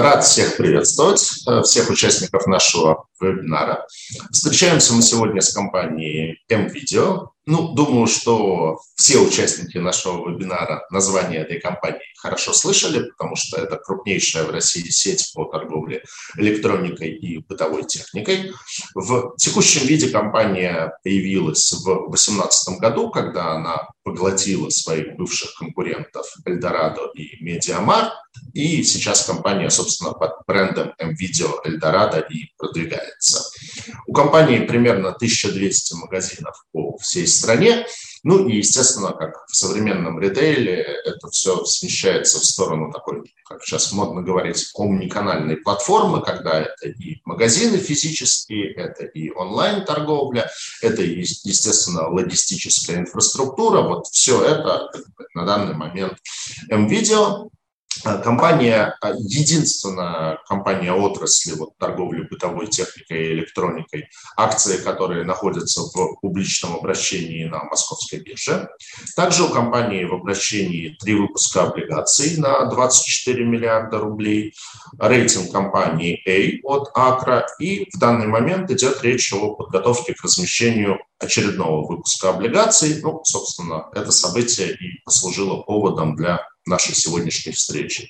Рад всех приветствовать, всех участников нашего вебинара. Встречаемся мы сегодня с компанией MVideo. Думаю, что все участники нашего вебинара название этой компании хорошо слышали, потому что это крупнейшая в России сеть по торговле электроникой и бытовой техникой. В текущем виде компания появилась в 2018 году, когда она поглотила своих бывших конкурентов Эльдорадо и Медиамаркт, и сейчас компания, собственно, под брендом MVideo Эльдорадо и продвигается. У компании примерно 1200 магазинов по всей стране. И, естественно, как в современном ритейле, это все смещается в сторону такой, как сейчас модно говорить, омниканальной платформы, когда это и магазины физические, это и онлайн-торговля, это и, естественно, логистическая инфраструктура. Вот все это на данный момент MVideo. Компания, единственная компания отрасли торговли бытовой техникой и электроникой, акции которые находятся в публичном обращении на Московской бирже. Также у компании в обращении 3 выпуска облигаций на 24 миллиарда рублей, рейтинг компании A от Акра, и в данный момент идет речь о подготовке к размещению очередного выпуска облигаций. Собственно, это событие и послужило поводом для нашей сегодняшней встречи.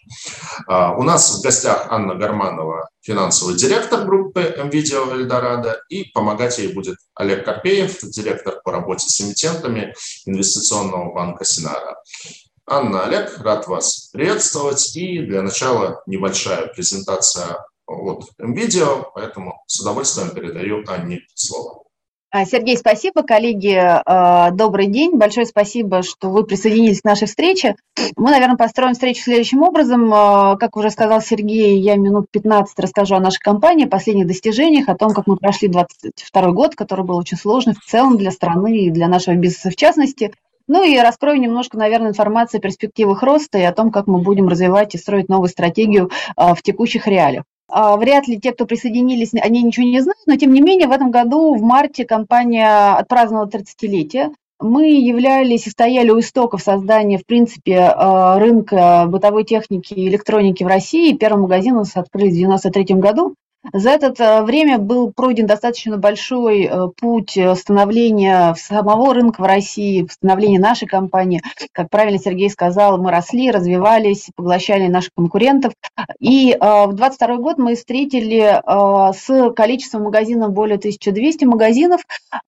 У нас в гостях Анна Гарманова, финансовый директор группы MVideo Эльдорадо, и помогать ей будет Олег Карпеев, директор по работе с эмитентами инвестиционного банка Синара. Анна, Олег, рад вас приветствовать. И для начала небольшая презентация от MVideo, поэтому с удовольствием передаю Анне слово. Сергей, спасибо. Коллеги, добрый день. Большое спасибо, что вы присоединились к нашей встрече. Мы, наверное, построим встречу следующим образом. Как уже сказал Сергей, я минут 15 расскажу о нашей компании, о последних достижениях, о том, как мы прошли 2022 год, который был очень сложный в целом для страны и для нашего бизнеса в частности. И раскрою немножко, наверное, информацию о перспективах роста и о том, как мы будем развивать и строить новую стратегию в текущих реалиях. Вряд ли те, кто присоединились, они ничего не знают, но тем не менее в этом году, в марте, компания отпраздновала 30-летие. Мы являлись и стояли у истоков создания, в принципе, рынка бытовой техники и электроники в России. Первый магазин у нас открыли в 1993 году. За это время был пройден достаточно большой путь становления самого рынка в России, становления нашей компании. Как правильно Сергей сказал, мы росли, развивались, поглощали наших конкурентов. И в 2022 год мы встретили с количеством магазинов более 1200 магазинов.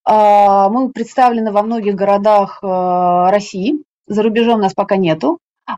Мы представлены во многих городах России, за рубежом нас пока нету.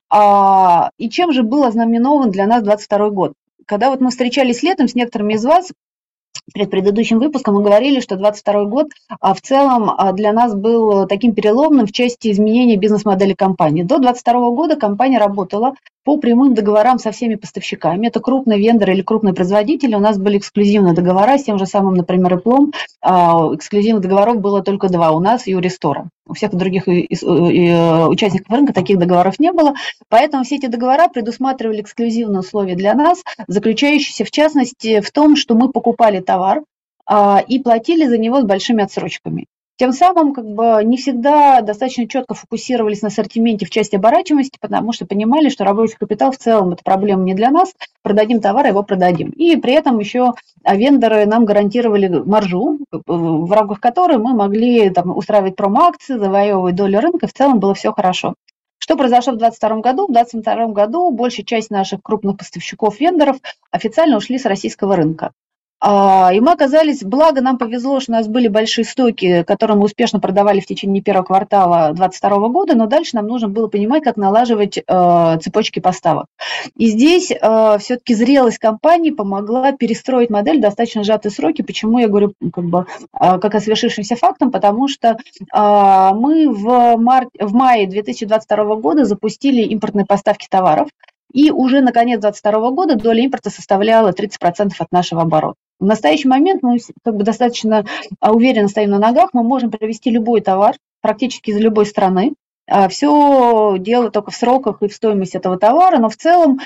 И чем же был ознаменован для нас 2022 год? Когда мы встречались летом с некоторыми из вас, перед предыдущим выпуском мы говорили, что 2022 год в целом для нас был таким переломным в части изменения бизнес-модели компании. До 2022 года компания работала по прямым договорам со всеми поставщиками. Это крупные вендоры или крупные производители. У нас были эксклюзивные договора с тем же самым, например, Иплом. Эксклюзивных договоров было только 2 у нас и у Рестора. У всех других участников рынка таких договоров не было. Поэтому все эти договора предусматривали эксклюзивные условия для нас, заключающиеся в частности в том, что мы покупали товар и платили за него с большими отсрочками. Тем самым не всегда достаточно четко фокусировались на ассортименте в части оборачиваемости, потому что понимали, что рабочий капитал в целом это проблема не для нас, продадим товар, его продадим. И при этом еще вендоры нам гарантировали маржу, в рамках которой мы могли устраивать промо-акции, завоевывать долю рынка, в целом было все хорошо. Что произошло в 2022 году? В 2022 году большая часть наших крупных поставщиков-вендоров официально ушли с российского рынка. И мы оказались, благо нам повезло, что у нас были большие стоки, которые мы успешно продавали в течение первого квартала 2022 года, но дальше нам нужно было понимать, как налаживать цепочки поставок. И здесь все-таки зрелость компании помогла перестроить модель в достаточно сжатые сроки. Почему я говорю как о свершившемся фактом? Потому что мы в мае 2022 года запустили импортные поставки товаров, и уже на конец 2022 года доля импорта составляла 30% от нашего оборота. В настоящий момент мы достаточно уверенно стоим на ногах, мы можем привезти любой товар практически из любой страны. Все дело только в сроках и в стоимости этого товара, но в целом,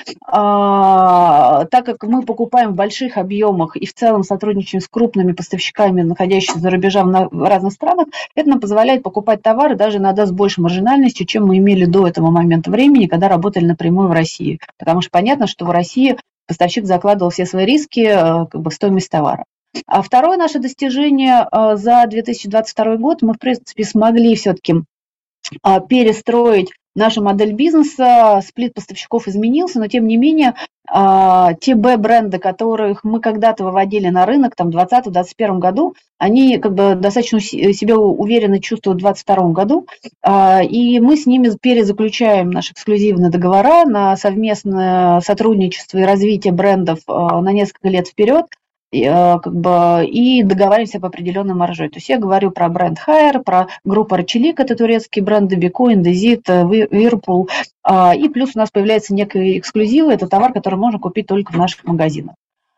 так как мы покупаем в больших объемах и в целом сотрудничаем с крупными поставщиками, находящимися за рубежом в разных странах, это нам позволяет покупать товары даже иногда с большей маржинальностью, чем мы имели до этого момента времени, когда работали напрямую в России. Потому что понятно, что в России поставщик закладывал все свои риски как бы в стоимость товара. А второе наше достижение за 2022 год мы, в принципе, смогли все-таки перестроить нашу модель бизнеса, сплит поставщиков изменился, но тем не менее те Б-бренды, которых мы когда-то выводили на рынок там, в 2020-2021 году, они как бы достаточно себя уверенно чувствуют в 2022 году, и мы с ними перезаключаем наши эксклюзивные договора на совместное сотрудничество и развитие брендов на несколько лет вперед, как бы, и договариваемся по определенной марже. То есть я говорю про бренд Haier, про группу Arçelik, это турецкий бренд, Beko, Indesit, Whirlpool, и плюс у нас появляется некий эксклюзив, это товар, который можно купить только в наших магазинах.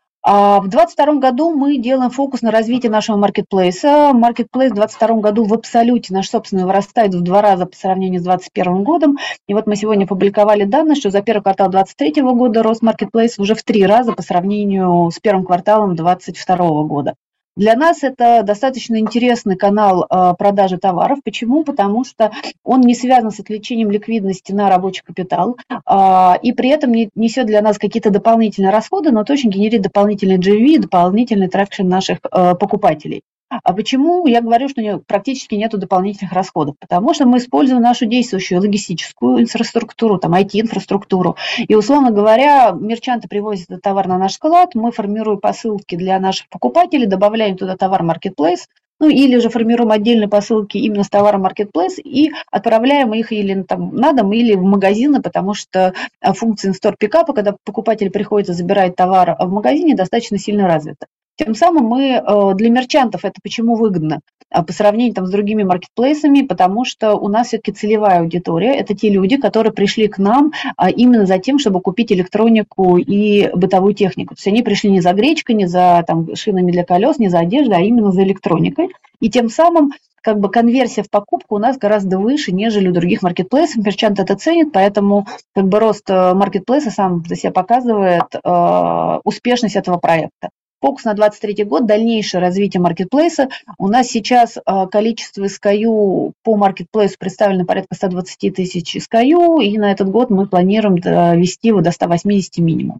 В 2022 году мы делаем фокус на развитие нашего маркетплейса. Маркетплейс в 2022 году в абсолюте наш собственный вырастает в 2 раза по сравнению с 2021 годом. И вот мы сегодня опубликовали данные, что за первый квартал 2023 года рост маркетплейса уже в 3 раза по сравнению с первым кварталом 2022 года. Для нас это достаточно интересный канал продажи товаров. Почему? Потому что он не связан с отвлечением ликвидности на рабочий капитал и при этом не несет для нас какие-то дополнительные расходы, но точно генерит дополнительный GMV, дополнительный трафик наших покупателей. А почему я говорю, что практически нет дополнительных расходов? Потому что мы используем нашу действующую логистическую инфраструктуру, там IT-инфраструктуру. И, условно говоря, мерчанты привозят этот товар на наш склад, мы формируем посылки для наших покупателей, добавляем туда товар Marketplace, ну или же формируем отдельные посылки именно с товаром Marketplace и отправляем их или там на дом, или в магазины, потому что функция in-store пикапа, когда покупатель приходит и забирает товар в магазине, достаточно сильно развита. Тем самым мы для мерчантов это почему выгодно по сравнению там, с другими маркетплейсами, потому что у нас все-таки целевая аудитория – это те люди, которые пришли к нам именно за тем, чтобы купить электронику и бытовую технику. То есть они пришли не за гречкой, не за там, шинами для колес, не за одеждой, а именно за электроникой. И тем самым как бы конверсия в покупку у нас гораздо выше, нежели у других маркетплейсов. Мерчант это ценит, поэтому как бы рост маркетплейса сам за себя показывает успешность этого проекта. Фокус на 2023 год, дальнейшее развитие маркетплейса. У нас сейчас количество SKU по маркетплейсу представлено порядка 120 тысяч SKU, и на этот год мы планируем довести его до 180 минимум.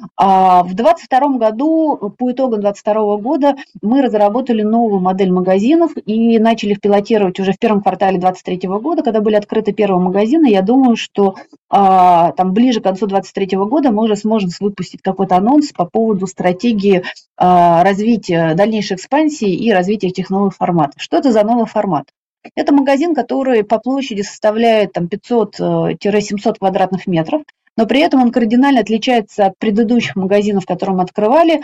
В 2022 году, по итогам 2022 года, мы разработали новую модель магазинов и начали их пилотировать уже в первом квартале 2023 года, когда были открыты первые магазины. Я думаю, что там ближе к концу 2023 года мы уже сможем выпустить какой-то анонс по поводу стратегии развития, дальнейшей экспансии и развития этих новых форматов. Что это за новый формат? Это магазин, который по площади составляет там, 500-700 квадратных метров, но при этом он кардинально отличается от предыдущих магазинов, которые мы открывали.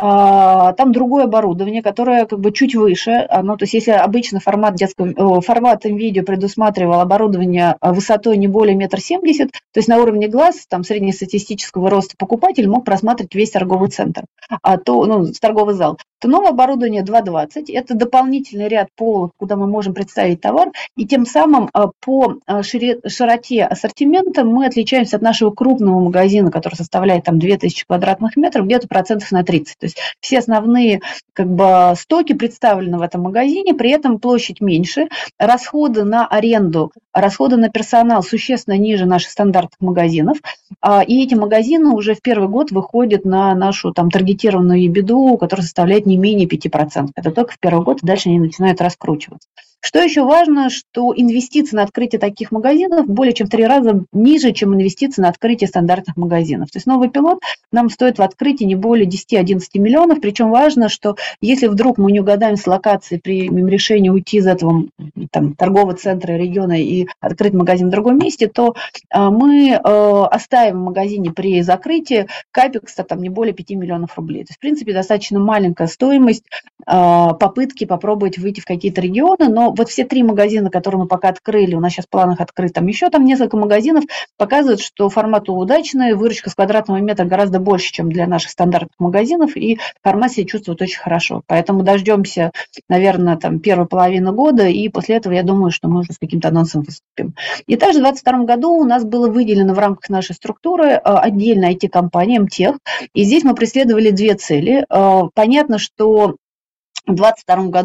Там другое оборудование, которое как бы чуть выше. То есть если обычно формат видео предусматривал оборудование высотой не более 1,70 м, то есть на уровне глаз, там среднестатистического роста покупатель мог просматривать весь торговый центр, торговый зал, то новое оборудование 2,20 – это дополнительный ряд полок, куда мы можем представить товар, и тем самым по широте ассортимента мы отличаемся от нашего крупного магазина, который составляет там 2000 квадратных метров, где-то процентов на 30. То есть все основные как бы стоки представлены в этом магазине, при этом площадь меньше, расходы на аренду, расходы на персонал существенно ниже наших стандартных магазинов, и эти магазины уже в первый год выходят на нашу там таргетированную EBITDA, которая составляет не менее 5%. Это только в первый год, и дальше они начинают раскручиваться. Что еще важно, что инвестиции на открытие таких магазинов более чем в 3 раза ниже, чем инвестиции на открытие стандартных магазинов. То есть новый пилот нам стоит в открытии не более 10-11 миллионов, причем важно, что если вдруг мы не угадаем с локацией, примем решение уйти из этого там, торгового центра региона и открыть магазин в другом месте, то мы оставим в магазине при закрытии капекса там, не более 5 миллионов рублей. То есть, в принципе, достаточно маленькая стоимость попытки попробовать выйти в какие-то регионы, но вот все 3 магазина, которые мы пока открыли, у нас сейчас в планах открыть там еще там несколько магазинов, показывают, что формат удачный, выручка с квадратного метра гораздо больше, чем для наших стандартных магазинов, и формат себя чувствует очень хорошо. Поэтому дождемся, наверное, там первой половины года, и после этого я думаю, что мы уже с каким-то анонсом выступим. И также в 2022 году у нас было выделено в рамках нашей структуры отдельная IT-компания МТех, и здесь мы преследовали 2 цели. Понятно, что в 2022 году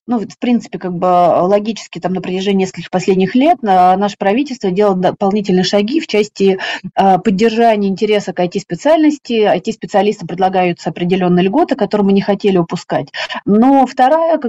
ну, в принципе, как бы логически там на протяжении нескольких последних лет наше правительство делало дополнительные шаги в части поддержания интереса к IT-специальности. IT-специалистам предлагаются определенные льготы, которые мы не хотели упускать. Но вторая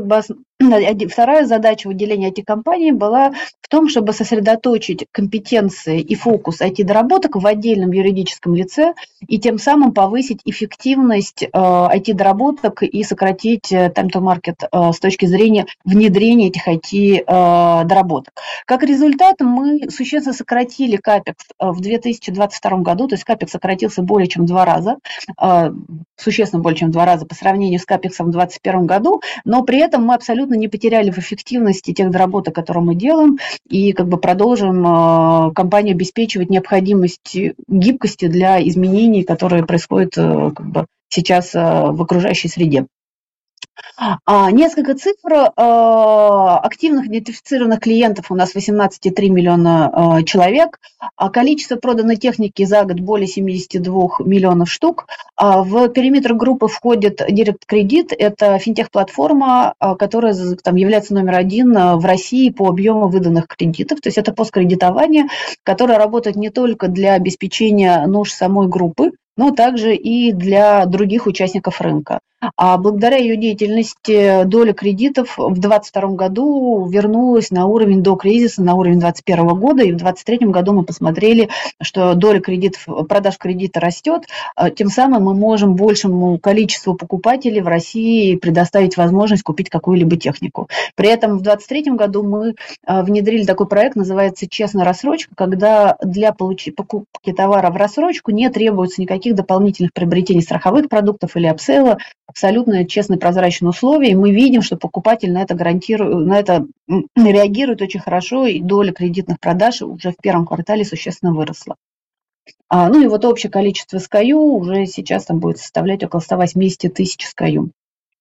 задача выделения IT-компаний была в том, чтобы сосредоточить компетенции и фокус IT-доработок в отдельном юридическом лице и тем самым повысить эффективность IT-доработок и сократить time-to-market с точки зрения внедрения этих IT-доработок. Как результат, мы существенно сократили капекс в 2022 году, то есть капекс сократился более чем в 2 раза, существенно более чем в 2 раза по сравнению с капексом в 2021 году, но при этом мы абсолютно не потеряли в эффективности тех доработок, которые мы делаем, и как бы продолжим компанию обеспечивать необходимость гибкости для изменений, которые происходят как бы сейчас в окружающей среде. Несколько цифр. Активных идентифицированных клиентов у нас 18,3 миллиона человек. Количество проданной техники за год более 72 миллионов штук. В периметр группы входит Direct Credit. Это финтех-платформа, которая там является номер 1 в России по объему выданных кредитов. То есть это посткредитование, которое работает не только для обеспечения нужд самой группы, но также и для других участников рынка. А благодаря ее деятельности доля кредитов в 2022 году вернулась на уровень до кризиса, на уровень 2021 года, и в 2023 году мы посмотрели, что доля кредитов, продаж кредита растет, тем самым мы можем большему количеству покупателей в России предоставить возможность купить какую-либо технику. При этом в 2023 году мы внедрили такой проект, называется «Честная рассрочка», когда для покупки товара в рассрочку не требуется никаких дополнительных приобретений страховых продуктов или апсейла, абсолютно честные, прозрачные условия, и мы видим, что покупатель на это реагирует очень хорошо, и доля кредитных продаж уже в первом квартале существенно выросла. Ну и вот общее количество SKU уже сейчас там будет составлять около 180 тысяч SKU.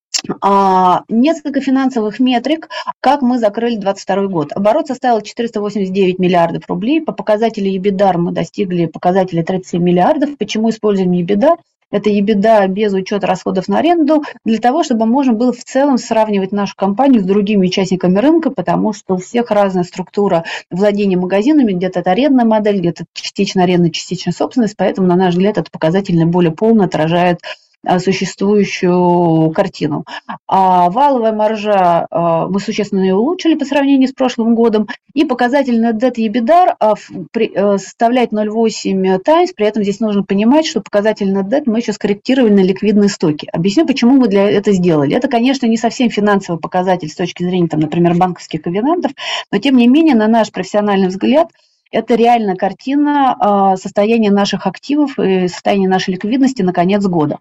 Несколько финансовых метрик, как мы закрыли 2022 год. Оборот составил 489 миллиардов рублей. По показателю EBITDA мы достигли показателя 37 миллиардов. Почему используем EBITDA? Это EBITDA без учета расходов на аренду, для того, чтобы можно было в целом сравнивать нашу компанию с другими участниками рынка, потому что у всех разная структура владения магазинами, где-то это арендная модель, где-то частично арендная, частично собственность, поэтому, на наш взгляд, этот показатель наиболее полно отражает существующую картину. Валовая маржа мы существенно ее улучшили по сравнению с прошлым годом, и показатель net debt EBITDA составляет 0,8 times, при этом здесь нужно понимать, что показатель net debt мы еще скорректировали на ликвидные стоки. Объясню, почему мы для этого сделали. Это, конечно, не совсем финансовый показатель с точки зрения, там, например, банковских ковенантов, но тем не менее, на наш профессиональный взгляд, это реальная картина состояния наших активов и состояния нашей ликвидности на конец года.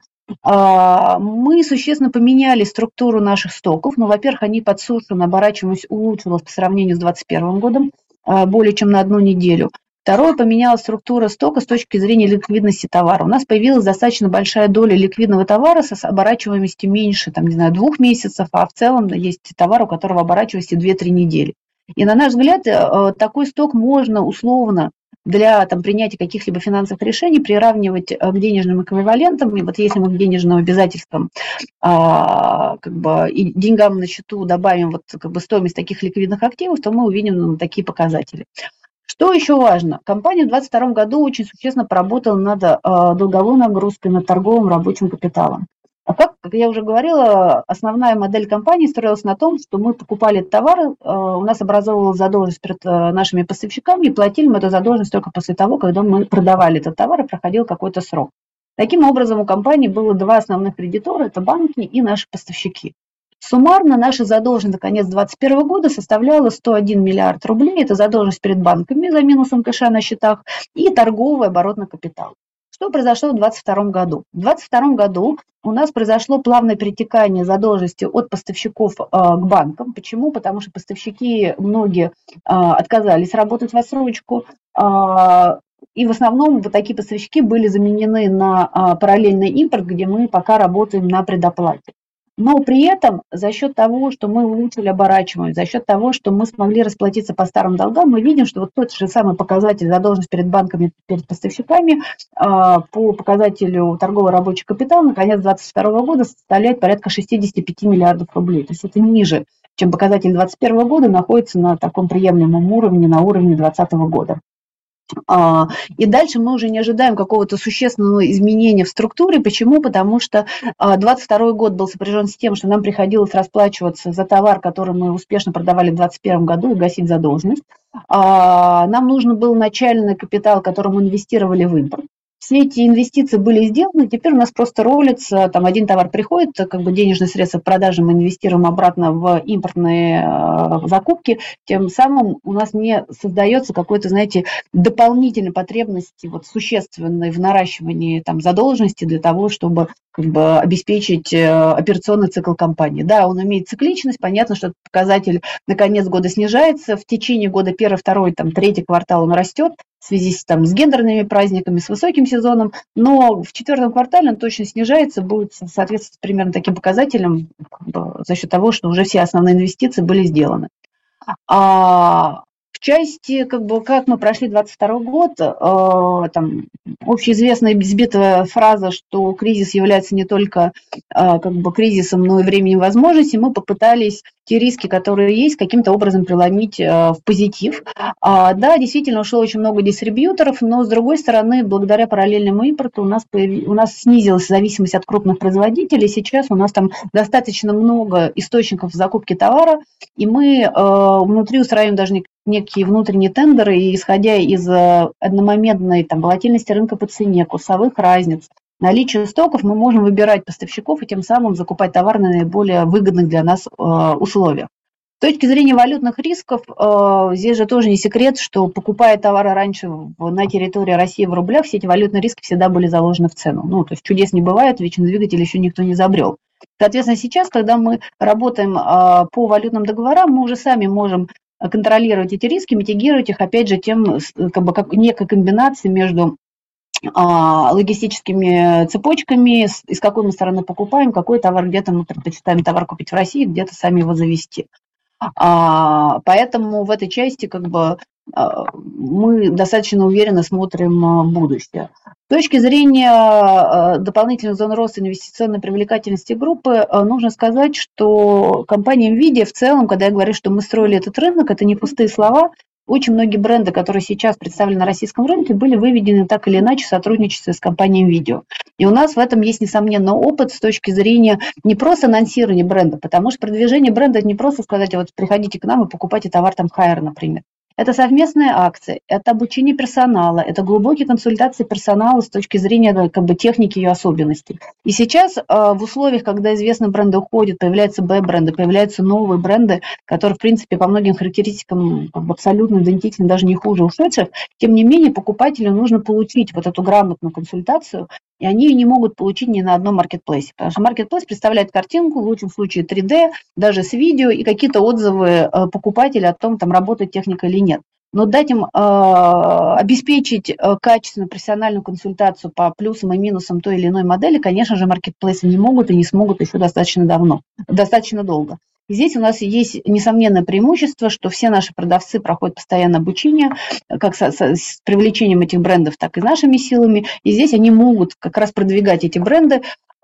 Мы существенно поменяли структуру наших стоков. Ну, во-первых, они подсушены, оборачиваемость улучшилась по сравнению с 2021 годом более чем на 1 неделю. Второе, поменялась структура стока с точки зрения ликвидности товара. У нас появилась достаточно большая доля ликвидного товара с оборачиваемостью меньше, там, не знаю, 2 месяцев, а в целом есть товар, у которого оборачиваемость 2-3 недели. И, на наш взгляд, такой сток можно условно для там, принятия каких-либо финансовых решений приравнивать к денежным эквивалентам. И вот если мы к денежным обязательствам как бы, и деньгам на счету добавим вот, как бы, стоимость таких ликвидных активов, то мы увидим такие показатели. Что еще важно? Компания в 2022 году очень существенно поработала над долговой нагрузкой, над торговым рабочим капиталом. Как я уже говорила, основная модель компании строилась на том, что мы покупали товары, у нас образовывалась задолженность перед нашими поставщиками, и платили мы эту задолженность только после того, когда мы продавали этот товар и проходил какой-то срок. Таким образом, у компании было 2 основных кредитора, это банки и наши поставщики. Суммарно наша задолженность на конец 2021 года составляла 101 миллиард рублей, это задолженность перед банками за минусом кэша на счетах и торговый оборотный капитал. Что произошло в 2022 году? В 2022 году у нас произошло плавное перетекание задолженности от поставщиков к банкам. Почему? Потому что поставщики многие отказались работать в отсрочку, и в основном вот такие поставщики были заменены на параллельный импорт, где мы пока работаем на предоплате. Но при этом за счет того, что мы улучшили оборачиваемость, за счет того, что мы смогли расплатиться по старым долгам, мы видим, что вот тот же самый показатель задолженность перед банками, перед поставщиками по показателю торговый рабочий капитал на конец 2022 года составляет порядка 65 миллиардов рублей. То есть это ниже, чем показатель 2021 года, находится на таком приемлемом уровне, на уровне 2020 года. И дальше мы уже не ожидаем какого-то существенного изменения в структуре. Почему? Потому что 2022 год был сопряжен с тем, что нам приходилось расплачиваться за товар, который мы успешно продавали в 2021 году, и гасить задолженность. Нам нужен был начальный капитал, который мы инвестировали в импорт. Все эти инвестиции были сделаны, теперь у нас просто ролится, там один товар приходит, как бы денежные средства продажи мы инвестируем обратно в импортные закупки, тем самым у нас не создается какой-то, знаете, дополнительной потребности вот, существенной в наращивании там, задолженности для того, чтобы как бы, обеспечить операционный цикл компании. Да, он имеет цикличность, понятно, что этот показатель на конец года снижается, в течение года первый, второй, там, третий квартал он растет, в связи с гендерными праздниками, с высоким сезоном, но в четвертом квартале он точно снижается, будет соответствовать примерно таким показателям за счет того, что уже все основные инвестиции были сделаны. В части, как мы прошли 2022 год, там, общеизвестная избитая фраза, что кризис является не только кризисом, но и временем возможностей, мы попытались те риски, которые есть, каким-то образом преломить в позитив. Да, действительно, ушло очень много дистрибьюторов, но, с другой стороны, благодаря параллельному импорту у нас снизилась зависимость от крупных производителей. Сейчас у нас там достаточно много источников закупки товара, и мы внутри устраиваем даже некие внутренние тендеры, и исходя из одномоментной там, волатильности рынка по цене, курсовых разниц, наличия стоков, мы можем выбирать поставщиков и тем самым закупать товар на наиболее выгодных для нас условиях. С точки зрения валютных рисков, здесь же тоже не секрет, что покупая товары раньше на территории России в рублях, все эти валютные риски всегда были заложены в цену. Ну, то есть чудес не бывает, вечный двигатель еще никто не изобрел. Соответственно, сейчас, когда мы работаем по валютным договорам, мы уже сами можем контролировать эти риски, митигировать их, опять же, тем, как некой комбинацией между логистическими цепочками, из какой мы стороны покупаем, какой товар, где-то мы предпочитаем товар купить в России, где-то сами его завести. Поэтому в этой части мы достаточно уверенно смотрим будущее. С точки зрения дополнительных зон роста инвестиционной привлекательности группы, нужно сказать, что компания NVIDIA в целом, когда я говорю, что мы строили этот рынок, это не пустые слова. Очень многие бренды, которые сейчас представлены на российском рынке, были выведены так или иначе в сотрудничестве с компанией NVIDIA. И у нас в этом есть, несомненно, опыт с точки зрения не просто анонсирования бренда, потому что продвижение бренда – это не просто сказать, вот приходите к нам и покупайте товар там Haier, например. Это совместные акции, это обучение персонала, это глубокие консультации персонала с точки зрения техники и ее особенностей. И сейчас в условиях, когда известные бренды уходят, появляются Б-бренды, появляются новые бренды, которые, в принципе, по многим характеристикам абсолютно идентичны, даже не хуже ушедших, тем не менее покупателю нужно получить вот эту грамотную консультацию, и они ее не могут получить ни на одном маркетплейсе. Потому что маркетплейс представляет картинку, в лучшем случае 3D, даже с видео, и какие-то отзывы покупателя о том, там работает техника или нет. Но дать им обеспечить качественную профессиональную консультацию по плюсам и минусам той или иной модели, конечно же, маркетплейсы не могут и не смогут еще достаточно долго. И здесь у нас есть несомненное преимущество, что все наши продавцы проходят постоянное обучение, как с привлечением этих брендов, так и нашими силами. И здесь они могут как раз продвигать эти бренды.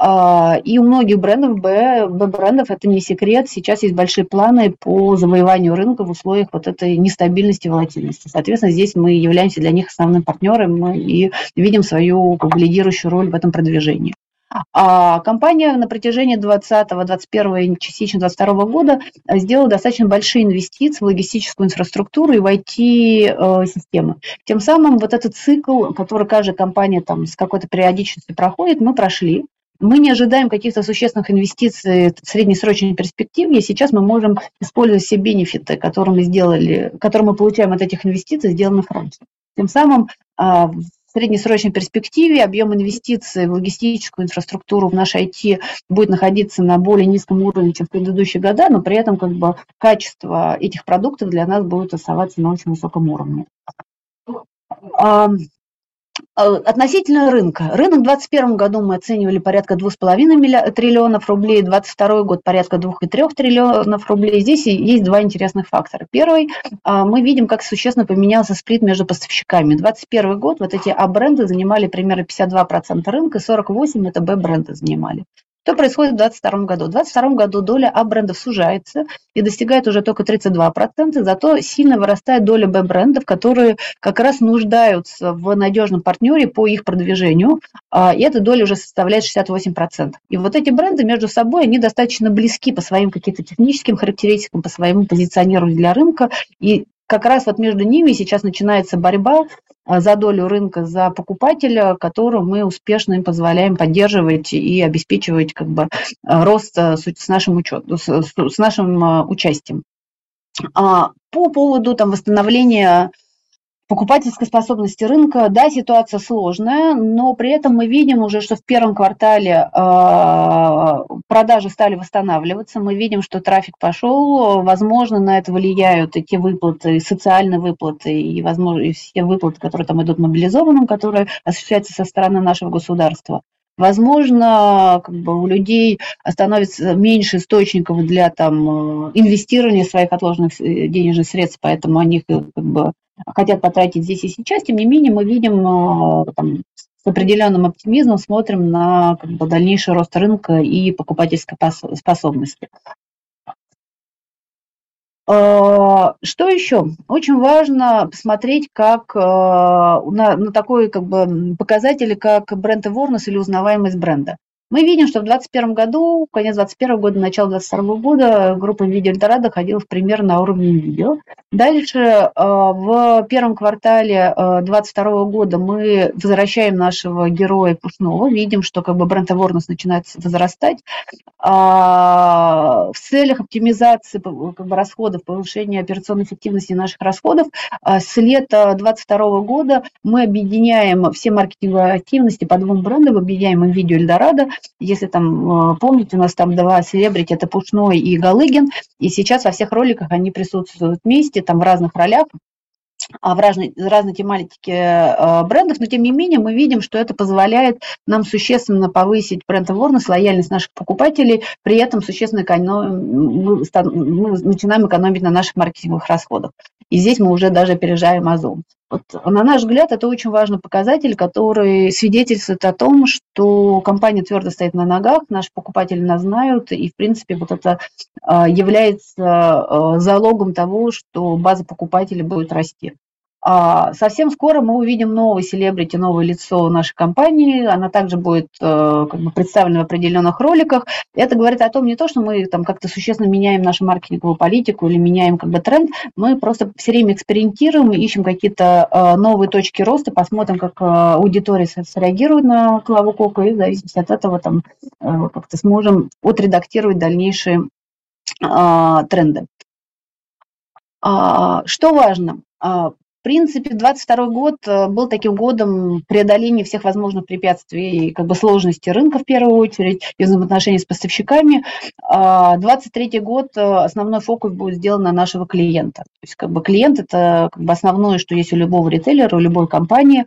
И у многих брендов, Б-брендов, это не секрет, сейчас есть большие планы по завоеванию рынка в условиях вот этой нестабильности и волатильности. Соответственно, здесь мы являемся для них основным партнером и видим свою лидирующую роль в этом продвижении. Компания на протяжении 2020, 2021 и частично 2022 года сделала достаточно большие инвестиции в логистическую инфраструктуру и в IT-системы. Тем самым вот этот цикл, который каждая компания там с какой-то периодичностью проходит, мы прошли. Мы не ожидаем каких-то существенных инвестиций в среднесрочной перспективе, и сейчас мы можем использовать все бенефиты, которые мы получаем от этих инвестиций, сделанных раньше. Тем самым в среднесрочной перспективе объем инвестиций в логистическую инфраструктуру в наш IT будет находиться на более низком уровне, чем в предыдущие годы, но при этом качество этих продуктов для нас будет оставаться на очень высоком уровне. Относительно рынка. Рынок в 2021 году мы оценивали порядка 2,5 триллионов рублей, 2022 год порядка 2,3 триллионов рублей. Здесь есть два интересных фактора. Первый, мы видим, как существенно поменялся сплит между поставщиками. 2021 год вот эти А-бренды занимали примерно 52% рынка, 48% это Б-бренды занимали. Что происходит в 2022 году? В 2022 году доля А-брендов сужается и достигает уже только 32%, зато сильно вырастает доля Б-брендов, которые как раз нуждаются в надежном партнере по их продвижению, и эта доля уже составляет 68%. И вот эти бренды между собой, они достаточно близки по своим каким-то техническим характеристикам, по своему позиционированию для рынка, и как раз вот между ними сейчас начинается борьба за долю рынка, за покупателя, которую мы успешно им позволяем поддерживать и обеспечивать как бы рост с нашим участием. По поводу там, восстановления покупательской способности рынка, да, ситуация сложная, но при этом мы видим уже, что в первом квартале продажи стали восстанавливаться, мы видим, что трафик пошел, возможно, на это влияют и те выплаты, и социальные выплаты, и, возможно, и все выплаты, которые там идут мобилизованным, которые осуществляются со стороны нашего государства. Возможно, как бы у людей становится меньше источников для там, инвестирования своих отложенных денежных средств, поэтому они как бы хотят потратить здесь и сейчас. Тем не менее, мы видим там, с определенным оптимизмом, смотрим на как бы, дальнейший рост рынка и покупательской способности. Что еще? Очень важно посмотреть как, на такой как бы, показатели, как бренд awareness или узнаваемость бренда. Мы видим, что в 2021 году, конец 2021 года, начало 2022 года группа «Видео Эльдорадо» ходила примерно на уровне видео. Дальше в первом квартале 2022 года мы возвращаем нашего героя Пушного, видим, что как бы бренд awareness начинает возрастать. В целях оптимизации как бы, расходов, повышения операционной эффективности наших расходов с лета 2022 года мы объединяем все маркетинговые активности по двум брендам, объединяем им «Видео Эльдорадо». Если там помните, у нас там два селебрити, это Пушной и Галыгин, и сейчас во всех роликах они присутствуют вместе, там в разных ролях, в разной тематике брендов, но тем не менее мы видим, что это позволяет нам существенно повысить бренд awareness, лояльность наших покупателей, при этом существенно мы начинаем экономить на наших маркетинговых расходах. И здесь мы уже даже опережаем Озон. Вот, на наш взгляд, это очень важный показатель, который свидетельствует о том, что компания твердо стоит на ногах, наши покупатели нас знают, и, в принципе, вот это является залогом того, что база покупателей будет расти. Совсем скоро мы увидим новый селебрити, новое лицо нашей компании. Она также будет как бы представлена в определенных роликах. Это говорит о том, не то, что мы там как-то существенно меняем нашу маркетинговую политику или меняем как бы тренд, мы просто все время экспериментируем, ищем какие-то новые точки роста, посмотрим, как аудитория среагирует на Клаву Коку, и в зависимости от этого там как-то сможем отредактировать дальнейшие тренды. Что важно? В принципе, 2022 год был таким годом преодоления всех возможных препятствий и как бы сложностей рынка в первую очередь и взаимоотношений с поставщиками. 2023 год основной фокус будет сделан на нашего клиента. То есть как бы клиент – это как бы основное, что есть у любого ритейлера, у любой компании.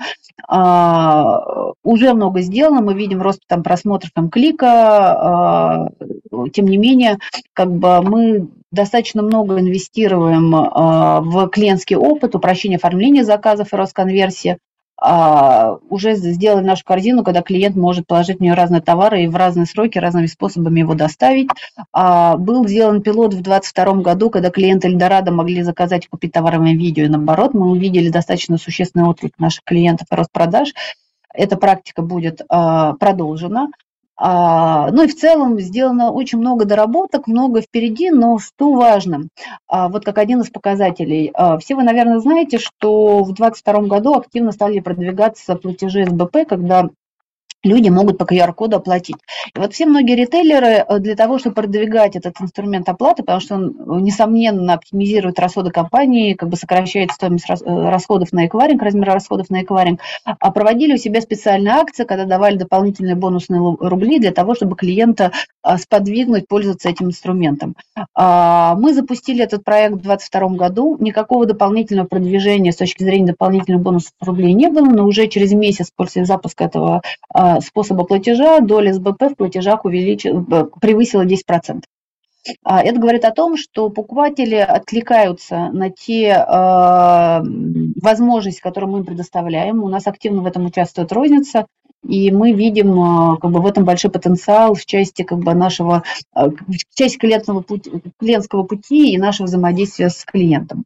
Уже много сделано, мы видим рост там, просмотров, там, клика. Тем не менее, как бы мы достаточно много инвестируем в клиентский опыт, упрощение оформления заказов и рост конверсии. Уже сделали нашу корзину, когда клиент может положить в нее разные товары и в разные сроки, разными способами его доставить. Был сделан пилот в 2022 году, когда клиенты Эльдорадо могли заказать и купить товаровое видео, и наоборот, мы увидели достаточно существенный отклик наших клиентов и рост продаж. Эта практика будет продолжена. Ну и в целом сделано очень много доработок, много впереди, но что важно, вот как один из показателей. Все вы, наверное, знаете, что в 2022 году активно стали продвигаться платежи СБП, когда люди могут по QR-коду оплатить. И вот все многие ритейлеры для того, чтобы продвигать этот инструмент оплаты, потому что он, несомненно, оптимизирует расходы компании, как бы сокращает стоимость расходов на эквайринг, размер расходов на эквайринг, проводили у себя специальные акции, когда давали дополнительные бонусные рубли для того, чтобы клиента сподвигнуть пользоваться этим инструментом. Мы запустили этот проект в 2022 году. Никакого дополнительного продвижения с точки зрения дополнительных бонусов рублей не было, но уже через месяц после запуска этого способа платежа доля СБП в платежах превысила 10%. Это говорит о том, что покупатели откликаются на те возможности, которые мы им предоставляем. У нас активно в этом участвует розница. и мы видим как бы в этом большой потенциал в части как бы нашего, в части клиентского пути и нашего взаимодействия с клиентом.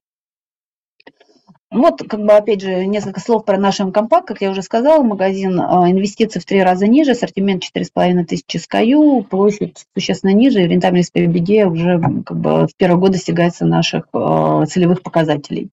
Вот, как бы, опять же, несколько слов про наш МКомпакт. Как я уже сказала, магазин инвестиций в 3 раза ниже, ассортимент 4500 SKU, площадь существенно ниже, и рентабельность по EBITDA уже как бы в первый год достигается наших целевых показателей.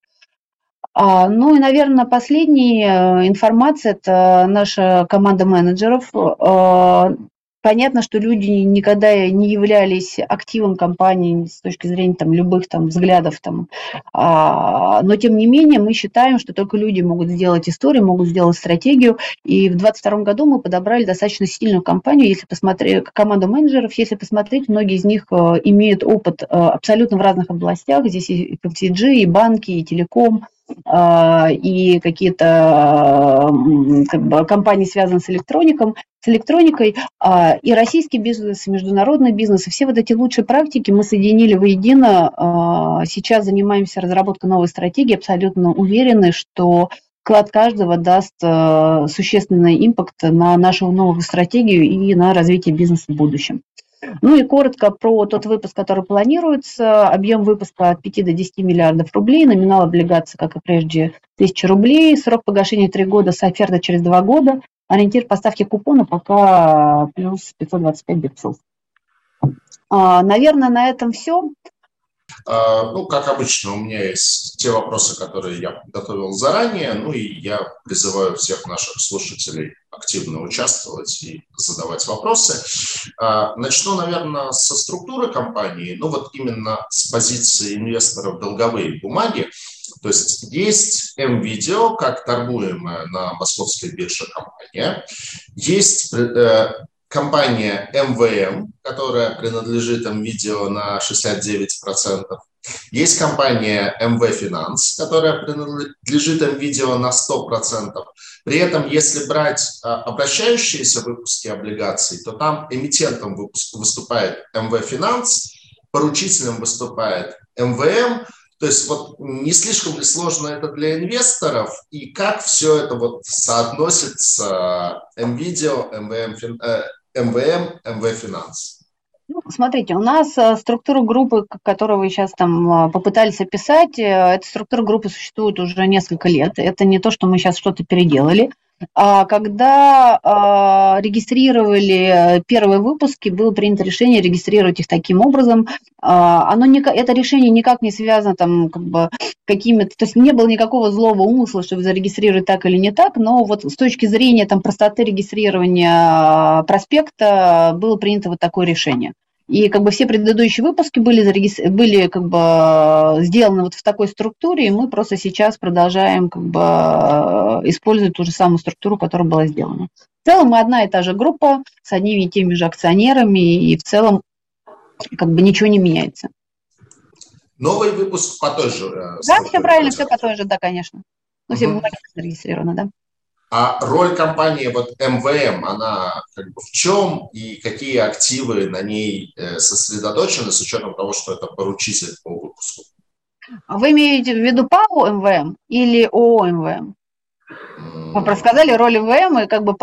Ну и, наверное, последняя информация – это наша команда менеджеров. Понятно, что люди никогда не являлись активом компании с точки зрения там, любых там, взглядов. Там. Но, тем не менее, мы считаем, что только люди могут сделать историю, могут сделать стратегию. И в 2022 году мы подобрали достаточно сильную компанию, если посмотреть, команду менеджеров. Если посмотреть, многие из них имеют опыт абсолютно в разных областях. Здесь и FMCG, и банки, и телеком, и какие-то как бы, компании, связанные с электроникой, и российский бизнес, и международный бизнес, и все вот эти лучшие практики мы соединили воедино. Сейчас занимаемся разработкой новой стратегии, абсолютно уверены, что вклад каждого даст существенный импакт на нашу новую стратегию и на развитие бизнеса в будущем. Ну и коротко про тот выпуск, который планируется. Объем выпуска от 5 до 10 миллиардов рублей, номинал облигаций, как и прежде, 1000 рублей, срок погашения 3 года с офертой через 2 года, ориентир поставки купона пока плюс 525 бипсов. Наверное, на этом все. Ну, как обычно, у меня есть те вопросы, которые я подготовил заранее, ну и я призываю всех наших слушателей активно участвовать и задавать вопросы. Начну, наверное, со структуры компании, ну вот именно с позиции инвесторов долговые бумаги. То есть МВидео, как торгуемая на московской бирже компания, есть компания МВМ, которая принадлежит МВидео на 69%. Есть компания МВ Финанс, которая принадлежит МВидео на 100%. При этом, если брать обращающиеся выпуски облигаций, то там эмитентом выступает МВ Финанс, поручителем выступает МВМ. То есть вот не слишком ли сложно это для инвесторов, и как все это вот соотносится МВидео, МВМ, МВ Финанс? Ну, смотрите, у нас структура группы, которую вы сейчас там попытались описать, эта структура группы существует уже несколько лет. Это не то, что мы сейчас что-то переделали. Когда регистрировали первые выпуски, было принято решение регистрировать их таким образом. Это решение никак не связано там, как бы, какими-то, то есть не было никакого злого умысла, чтобы зарегистрировать так или не так, но вот с точки зрения там, простоты регистрирования проспекта было принято вот такое решение. И как бы все предыдущие выпуски были как бы сделаны вот в такой структуре, и мы просто сейчас продолжаем как бы использовать ту же самую структуру, которая была сделана. В целом мы одна и та же группа с одними и теми же акционерами, и в целом как бы ничего не меняется. Новый выпуск по той же Да, все правильно, все по той же, да, конечно. Ну, все бумаги зарегистрированы, да. А роль компании вот МВМ, она как бы в чем и какие активы на ней сосредоточены с учетом того, что это поручитель по выпуску? Вы имеете в виду ПАО МВМ или ООО МВМ? Вы рассказали роль МВМ, и как бы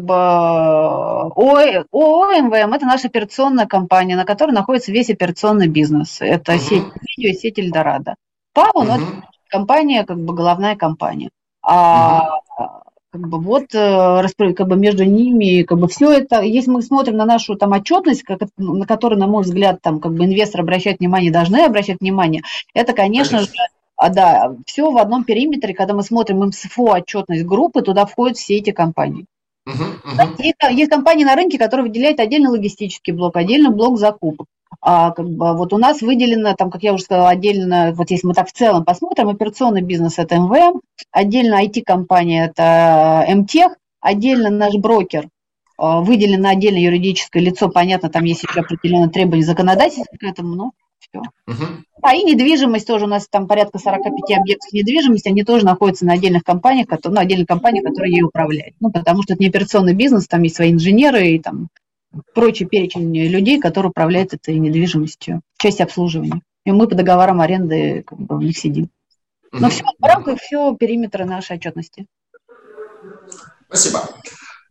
ООО МВМ – это наша операционная компания, на которой находится весь операционный бизнес. Это сеть видео и сеть Эльдорадо. ПАО, ну, это компания, как бы головная компания. Как бы вот как бы между ними как бы все это, если мы смотрим на нашу там отчетность, на которую, на мой взгляд, там как бы инвесторы обращают внимание, должны обращать внимание, это, конечно же, да, все в одном периметре, когда мы смотрим МСФО отчетность группы, туда входят все эти компании. Есть компании на рынке, которые выделяют отдельный логистический блок, отдельный блок закупок. Как бы, вот у нас выделено, там, как я уже сказала, отдельно, вот если мы так в целом посмотрим, операционный бизнес – это МВМ, отдельно IT-компания – это МТех, отдельно наш брокер, выделено отдельно юридическое лицо, понятно, там есть еще определенные требования законодательства к этому, но все. И недвижимость тоже, у нас там порядка 45 объектов недвижимости, они тоже находятся на отдельных компаниях, отдельных компаниях, которые ей управляют. Ну, потому что это не операционный бизнес, там есть свои инженеры и там прочий перечень людей, которые управляют этой недвижимостью, часть обслуживания. И мы по договорам аренды как бы в них сидим. Но все в рамках, все периметра нашей отчетности. Спасибо.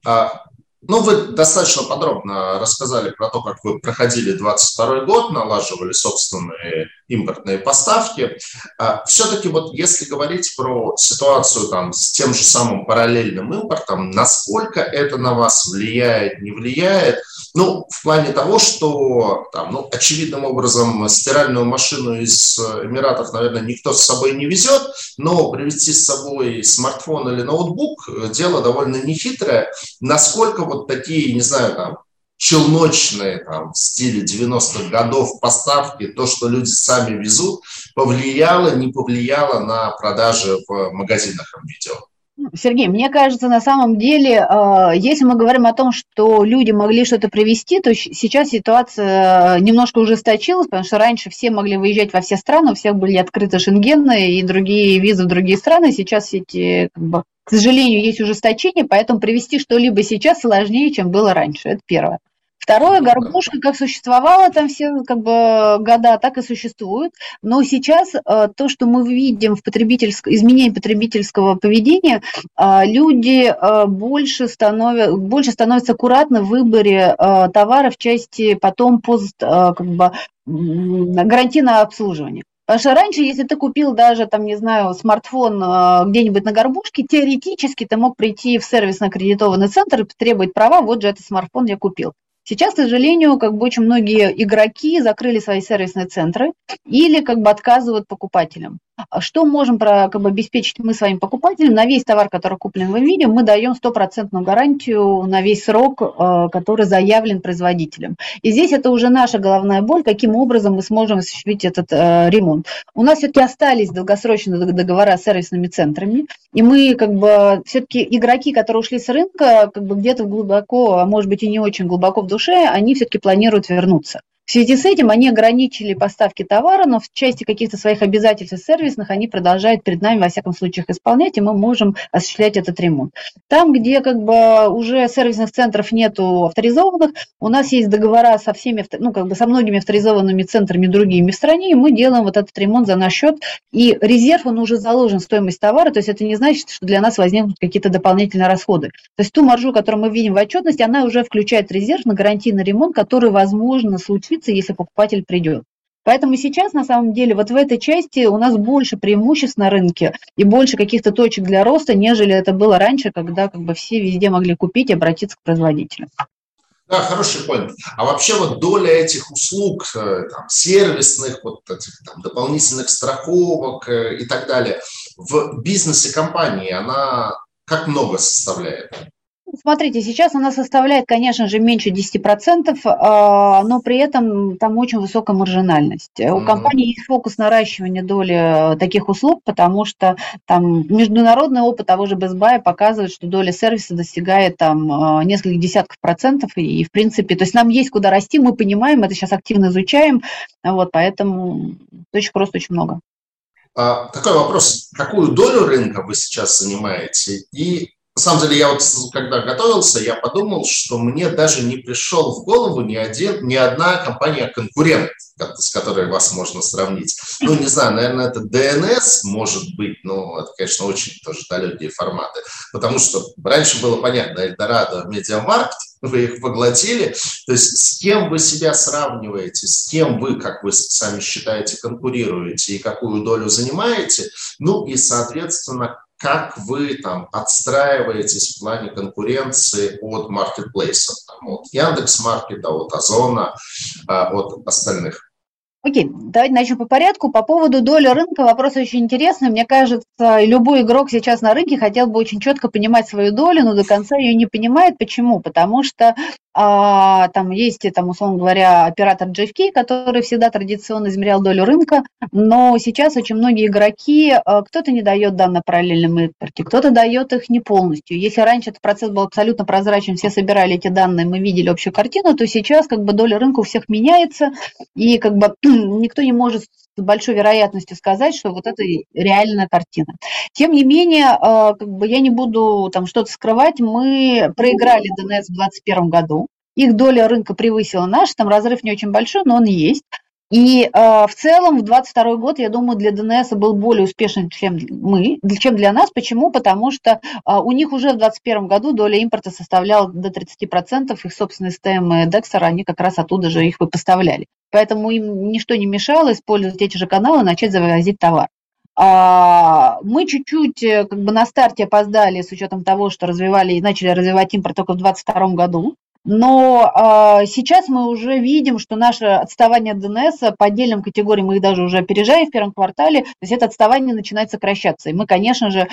Ну, вы достаточно подробно рассказали про то, как вы проходили 22 год, налаживали собственные импортные поставки. Все-таки вот если говорить про ситуацию там с тем же самым параллельным импортом, насколько это на вас влияет, не влияет? Ну, в плане того, что там, ну, очевидным образом стиральную машину из Эмиратов, наверное, никто с собой не везет, но привезти с собой смартфон или ноутбук – дело довольно нехитрое. Насколько вот такие, не знаю, там, челночные там, в стиле 90-х годов поставки, то, что люди сами везут, повлияло, не повлияло на продажи в магазинах видео? Сергей, мне кажется, на самом деле, если мы говорим о том, что люди могли что-то привезти, то сейчас ситуация немножко ужесточилась, потому что раньше все могли выезжать во все страны, у всех были открыты шенгены и другие визы в другие страны. Сейчас все эти, к сожалению, есть ужесточение, поэтому привезти что-либо сейчас сложнее, чем было раньше. Это первое. Второе, горбушка как существовала там все года, так и существует. Но сейчас то, что мы видим в изменении потребительского поведения, люди больше становятся аккуратны в выборе товара в части потом гарантийного обслуживания. Потому что раньше, если ты купил даже, там, не знаю, смартфон где-нибудь на горбушке, теоретически ты мог прийти в сервисно-аккредитованный центр и потребовать права, вот же этот смартфон я купил. Сейчас, к сожалению, очень многие игроки закрыли свои сервисные центры или отказывают покупателям. Что можем обеспечить мы своим покупателям? На весь товар, который куплен в видео, мы даем 100% гарантию на весь срок, который заявлен производителем. И здесь это уже наша головная боль, каким образом мы сможем осуществить этот ремонт. У нас все-таки остались долгосрочные договора с сервисными центрами, и мы все-таки игроки, которые ушли с рынка, где-то глубоко, а может быть и не очень глубоко в душе, они все-таки планируют вернуться. В связи с этим они ограничили поставки товара, но в части каких-то своих обязательств сервисных они продолжают перед нами, во всяком случае, их исполнять, и мы можем осуществлять этот ремонт. Там, где уже сервисных центров нету авторизованных, у нас есть договора со всеми, со многими авторизованными центрами другими в стране, и мы делаем вот этот ремонт за наш счет, и резерв, он уже заложен в стоимость товара, то есть это не значит, что для нас возникнут какие-то дополнительные расходы. То есть ту маржу, которую мы видим в отчетности, она уже включает резерв на гарантийный ремонт, который, возможно, случится, если покупатель придет. Поэтому сейчас, на самом деле, вот в этой части у нас больше преимуществ на рынке и больше каких-то точек для роста, нежели это было раньше, когда все везде могли купить и обратиться к производителю. Да, хороший поинт. А вообще вот доля этих услуг, там, сервисных, вот этих там, дополнительных страховок и так далее, в бизнесе компании, она как много составляет? Смотрите, сейчас она составляет, конечно же, меньше 10%, но при этом там очень высокая маржинальность. У компании есть фокус наращивания доли таких услуг, потому что там международный опыт того же Best Buy показывает, что доля сервиса достигает там нескольких десятков процентов, и в принципе, то есть нам есть куда расти, мы понимаем, это сейчас активно изучаем, вот, поэтому точек роста очень много. Такой вопрос, какую долю рынка вы сейчас занимаете? И на самом деле, я вот, когда готовился, я подумал, что мне даже не пришел в голову ни одна компания-конкурент, с которой вас можно сравнить. Ну, не знаю, наверное, это ДНС, может быть, но это, конечно, очень тоже далекие форматы. Потому что раньше было понятно, Эльдорадо, Медиамаркт, вы их поглотили. То есть с кем вы себя сравниваете, с кем вы, как вы сами считаете, конкурируете и какую долю занимаете, ну и, соответственно, как вы там отстраиваетесь в плане конкуренции от маркетплейсов, от Яндекс.Маркета, от Озона, от остальных? Окей, давайте начнем по порядку. По поводу доли рынка вопрос очень интересный. Мне кажется, любой игрок сейчас на рынке хотел бы очень четко понимать свою долю, но до конца ее не понимает. Почему? Потому что там есть, условно говоря, оператор JFK, который всегда традиционно измерял долю рынка, но сейчас очень многие игроки, кто-то не дает данные о параллельном импорте, кто-то дает их не полностью. Если раньше этот процесс был абсолютно прозрачен, все собирали эти данные, мы видели общую картину, то сейчас доля рынка у всех меняется, и никто не может с большой вероятностью сказать, что вот это реальная картина. Тем не менее, я не буду что-то скрывать, мы проиграли ДНС в 2021 году, их доля рынка превысила нашу, там разрыв не очень большой, но он есть. И в целом в 2022 год, я думаю, для ДНС был более успешным, чем чем для нас. Почему? Потому что у них уже в 2021 году доля импорта составляла до 30%, их собственные системы Dexter, они как раз оттуда же их и поставляли. Поэтому им ничто не мешало использовать эти же каналы и начать завозить товар. Мы чуть-чуть как бы на старте опоздали с учетом того, что начали развивать импорт только в 2022 году. Но сейчас мы уже видим, что наше отставание от ДНС по отдельным категориям, мы их даже уже опережаем в первом квартале, то есть это отставание начинает сокращаться. И мы, конечно же,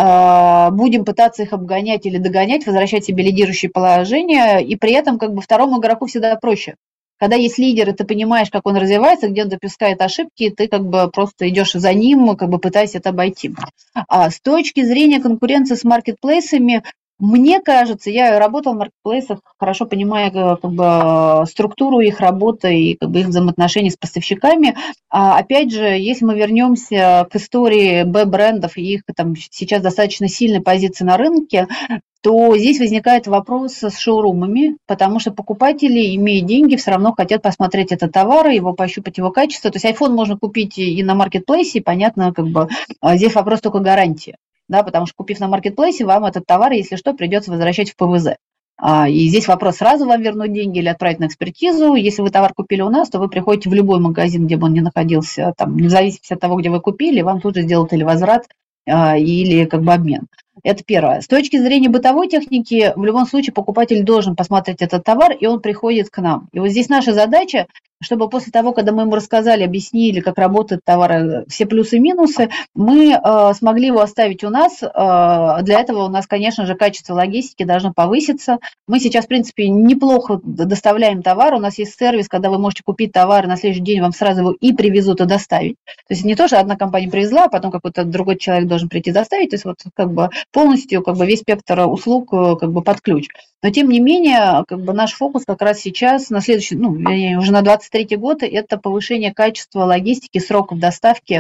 будем пытаться их обгонять или догонять, возвращать себе лидирующее положение, и при этом как бы второму игроку всегда проще. Когда есть лидер, и ты понимаешь, как он развивается, где он допускает ошибки, и ты как бы просто идешь за ним, как бы пытаясь это обойти. С точки зрения конкуренции с маркетплейсами, мне кажется, я работала в маркетплейсах, хорошо понимая как бы структуру их работы и как бы их взаимоотношений с поставщиками. Опять же, если мы вернемся к истории Б-брендов и их там сейчас достаточно сильной позиции на рынке, то здесь возникает вопрос с шоурумами, потому что покупатели, имея деньги, все равно хотят посмотреть этот товар, его пощупать его качество. То есть iPhone можно купить и на маркетплейсе, и понятно, как бы здесь вопрос только гарантии. Да, потому что купив на маркетплейсе, вам этот товар, если что, придется возвращать в ПВЗ. И здесь вопрос, сразу вам вернуть деньги или отправить на экспертизу. Если вы товар купили у нас, то вы приходите в любой магазин, где бы он ни находился, там, вне зависимости от того, где вы купили, вам тут же сделают или возврат, или как бы обмен. Это первое. С точки зрения бытовой техники, в любом случае покупатель должен посмотреть этот товар, и он приходит к нам. И вот здесь наша задача, чтобы после того, когда мы ему рассказали, объяснили, как работает товар, все плюсы и минусы, мы смогли его оставить у нас. Для этого у нас, конечно же, качество логистики должно повыситься. Мы сейчас, в принципе, неплохо доставляем товар. У нас есть сервис, когда вы можете купить товар, и на следующий день вам сразу его и привезут, и доставить. То есть не то, что одна компания привезла, а потом какой-то другой человек должен прийти доставить. То есть вот как бы полностью как бы весь спектр услуг как бы под ключ. Но тем не менее, как бы наш фокус как раз сейчас на следующий, уже на 23-й год, это повышение качества логистики, сроков доставки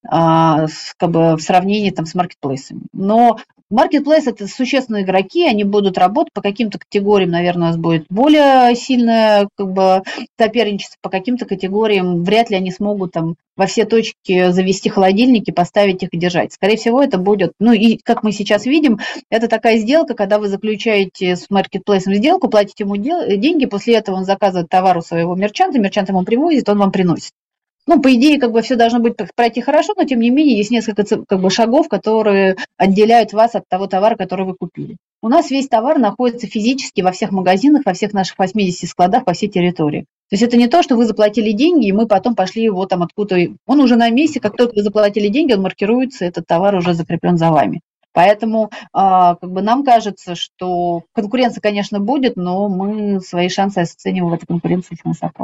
как бы в сравнении там с маркетплейсами. Но маркетплейс – это существенные игроки, они будут работать по каким-то категориям, наверное, у нас будет более сильное как бы соперничество, по каким-то категориям вряд ли они смогут там во все точки завести холодильники, поставить их и держать. Скорее всего, это будет, и как мы сейчас видим, это такая сделка, когда вы заключаете с маркетплейсом сделку, платите ему деньги, после этого он заказывает товар у своего мерчанта, мерчант ему привозит, он вам приносит. По идее, как бы все должно быть пройти хорошо, но тем не менее есть несколько как бы шагов, которые отделяют вас от того товара, который вы купили. У нас весь товар находится физически во всех магазинах, во всех наших 80 складах по всей территории. То есть это не то, что вы заплатили деньги, и мы потом пошли его там откуда-то. Он уже на месте, как только вы заплатили деньги, он маркируется, этот товар уже закреплен за вами. Поэтому как бы нам кажется, что конкуренция, конечно, будет, но мы свои шансы оцениваем в этой конкуренции очень высоко.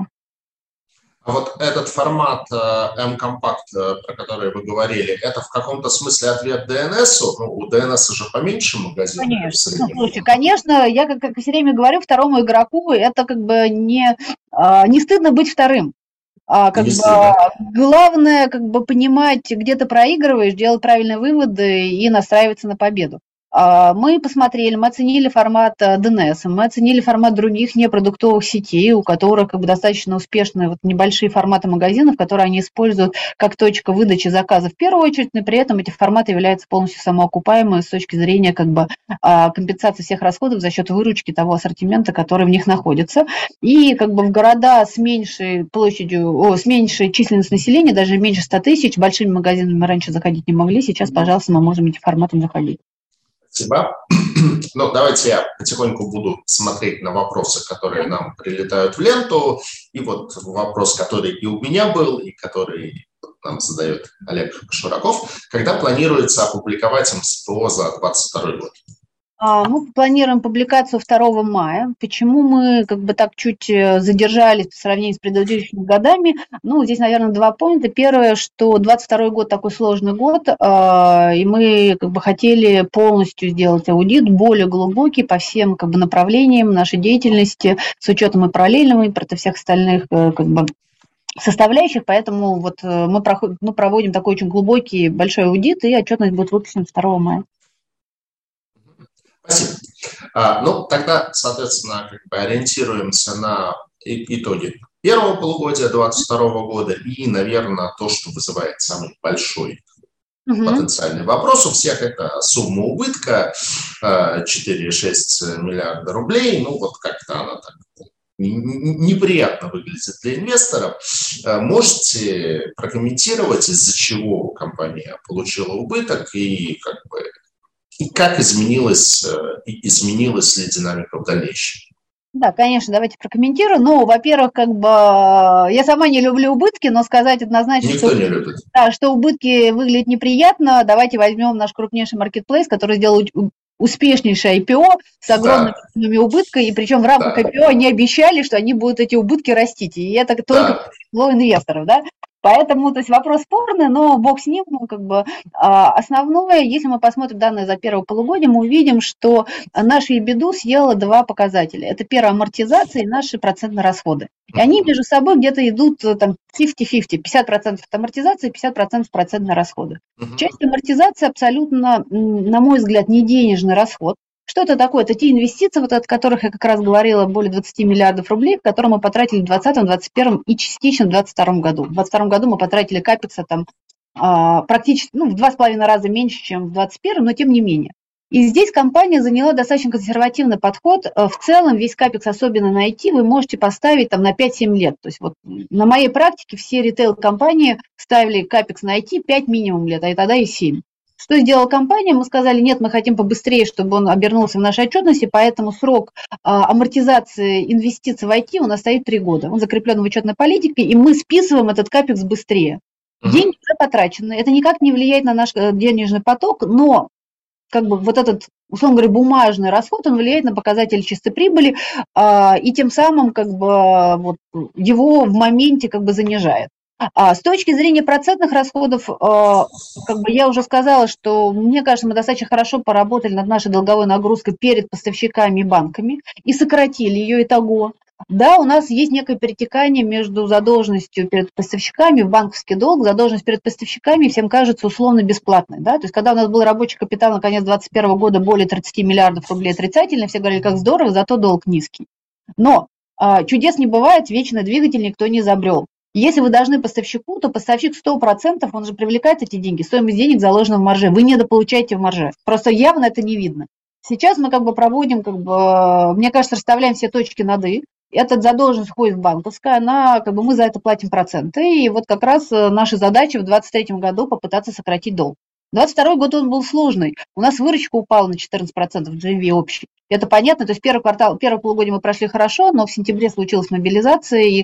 А вот этот формат M-Compact, про который вы говорили, это в каком-то смысле ответ DNS-у? У DNS же поменьше магазинов. Конечно. Слушайте, конечно, я как все время говорю второму игроку, это как бы не стыдно быть вторым. Главное как бы понимать, где ты проигрываешь, делать правильные выводы и настраиваться на победу. Мы посмотрели, мы оценили формат DNS, мы оценили формат других непродуктовых сетей, у которых как бы достаточно успешные небольшие форматы магазинов, которые они используют как точка выдачи заказа в первую очередь, но при этом эти форматы являются полностью самоокупаемыми с точки зрения как бы компенсации всех расходов за счет выручки того ассортимента, который в них находится. И как бы в города с меньшей площадью, с меньшей численностью населения, даже меньше 100 тысяч, большими магазинами мы раньше заходить не могли, сейчас, пожалуйста, мы можем этим форматом заходить. Спасибо. Давайте я потихоньку буду смотреть на вопросы, которые нам прилетают в ленту. И вот вопрос, который и у меня был, и который нам задает Олег Шураков. Когда планируется опубликовать МСПО за 2022 год? Мы планируем публикацию 2 мая. Почему мы как бы так чуть задержались по сравнению с предыдущими годами? Здесь, наверное, 2 поинта. Первое, что 22 год такой сложный год, и мы как бы хотели полностью сделать аудит более глубокий по всем как бы направлениям нашей деятельности с учетом и параллельного импорта, всех остальных как бы составляющих, поэтому мы проводим такой очень глубокий большой аудит, и отчетность будет выпущена 2 мая. Спасибо. Тогда, соответственно, как бы ориентируемся на итоги первого полугодия 2022 года и, наверное, то, что вызывает самый большой Мгм. потенциальный вопрос у всех, это сумма убытка 4,6 миллиарда рублей. Ну, вот как-то она так неприятно выглядит для инвесторов. Можете прокомментировать, из-за чего компания получила убыток и как изменилась ли динамика в дальнейшем? Да, конечно, давайте прокомментирую. Ну, во-первых, я сама не люблю убытки, но сказать однозначно, Никто не любит. да, что убытки выглядят неприятно, давайте возьмем наш крупнейший маркетплейс, который сделал успешнейшее IPO с огромными Да, убытками, и причем в рамках да, IPO они обещали, что они будут эти убытки растить, и это только да. привлекло инвесторов, да. Поэтому, то есть вопрос спорный, но бог с ним, основное, если мы посмотрим данные за первое полугодие, мы увидим, что наша EBITDA съела два показателя. Это первая амортизация и наши процентные расходы. И они между собой где-то идут там 50-50, 50% от амортизации, 50% процентные расходы. Часть амортизации абсолютно, на мой взгляд, не денежный расход. Что это такое? Это те инвестиции, вот о которых я как раз говорила, более 20 миллиардов рублей, которые мы потратили в 2020, 2021 и частично в 2022 году. В 2022 году мы потратили капекса там практически в 2,5 раза меньше, чем в 2021, но тем не менее. И здесь компания заняла достаточно консервативный подход. В целом весь капекс, особенно на IT, вы можете поставить там на 5-7 лет. То есть вот на моей практике все ритейл-компании ставили капекс на IT 5 минимум лет, а и тогда и 7. Что сделала компания? Мы сказали, нет, мы хотим побыстрее, чтобы он обернулся в нашей отчетности, поэтому срок амортизации инвестиций в IT у нас стоит 3 года. Он закреплен в учетной политике, и мы списываем этот капекс быстрее. Деньги уже потрачены, это никак не влияет на наш денежный поток, но вот этот, условно говоря, бумажный расход, он влияет на показатели чистой прибыли, и тем самым его в моменте занижает. С точки зрения процентных расходов, я уже сказала, что, мне кажется, мы достаточно хорошо поработали над нашей долговой нагрузкой перед поставщиками и банками и сократили ее итого. Да, у нас есть некое перетекание между задолженностью перед поставщиками в банковский долг, задолженность перед поставщиками всем кажется условно бесплатной. Да? То есть, когда у нас был рабочий капитал на конец 2021 года более 30 миллиардов рублей отрицательно, все говорили, как здорово, зато долг низкий. Но чудес не бывает, вечный двигатель никто не изобрел. Если вы должны поставщику, то поставщик 100%, он же привлекает эти деньги, стоимость денег заложена в марже, вы недополучаете в марже. Просто явно это не видно. Сейчас мы проводим, мне кажется, расставляем все точки над «и». Этот задолженность входит в банковская, мы за это платим проценты. И вот как раз наша задача в 2023 году попытаться сократить долг. 2022 год он был сложный. У нас выручка упала на 14% GMV общий. Это понятно, то есть первое полугодие мы прошли хорошо, но в сентябре случилась мобилизация, и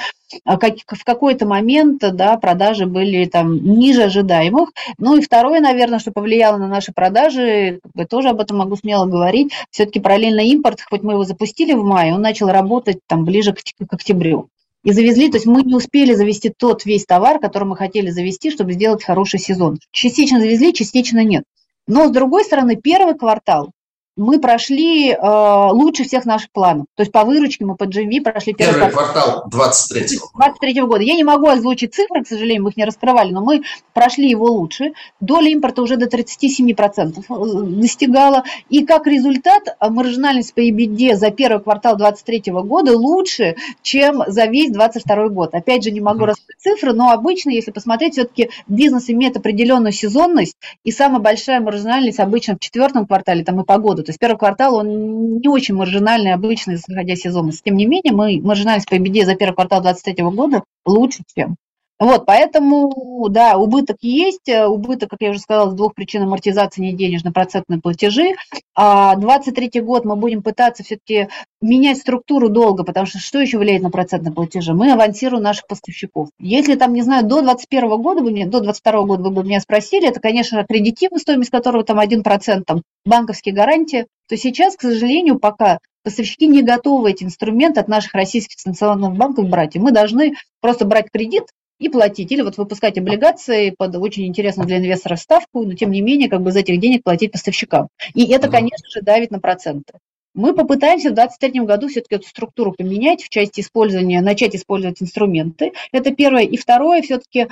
в какой-то момент, да, продажи были там ниже ожидаемых. Ну и второе, наверное, что повлияло на наши продажи, тоже об этом могу смело говорить, все-таки параллельно импорт, хоть мы его запустили в мае, он начал работать там ближе к октябрю. И завезли, то есть мы не успели завести тот весь товар, который мы хотели завести, чтобы сделать хороший сезон. Частично завезли, частично нет. Но, с другой стороны, первый квартал мы прошли лучше всех наших планов. То есть по выручке мы по GMV прошли первый квартал 23 года. Я не могу озвучить цифры, к сожалению, мы их не раскрывали, но мы прошли его лучше. Доля импорта уже до 37% достигала. И как результат, маржинальность по EBITDA за первый квартал 2023 года лучше, чем за весь 2022 год. Опять же, не могу раскрыть цифры, но обычно, если посмотреть, все-таки бизнес имеет определенную сезонность, и самая большая маржинальность обычно в четвертом квартале, там и по году. То есть первый квартал, он не очень маржинальный, обычно, исходя сезонности. Тем не менее, маржинальность по EBITDA за первый квартал 2023 года лучше, чем. Вот, поэтому, да, убыток есть. Убыток, как я уже сказала, с двух причин: амортизации, неденежно-процентные платежи. А 2023 год мы будем пытаться все-таки менять структуру долга, потому что еще влияет на процентные платежи? Мы авансируем наших поставщиков. Если там, не знаю, до 2021 года, до 2022 года вы бы меня спросили, это, конечно, кредитивная стоимость которого там 1%, там банковские гарантии, то сейчас, к сожалению, пока поставщики не готовы эти инструменты от наших российских санкционных банков брать, и мы должны просто брать кредит и платить, или вот выпускать облигации под очень интересную для инвесторов ставку, но тем не менее из этих денег платить поставщикам. И это, конечно же, давит на проценты. Мы попытаемся в 2023 году все-таки эту структуру поменять в части использования, начать использовать инструменты. Это первое. И второе, все-таки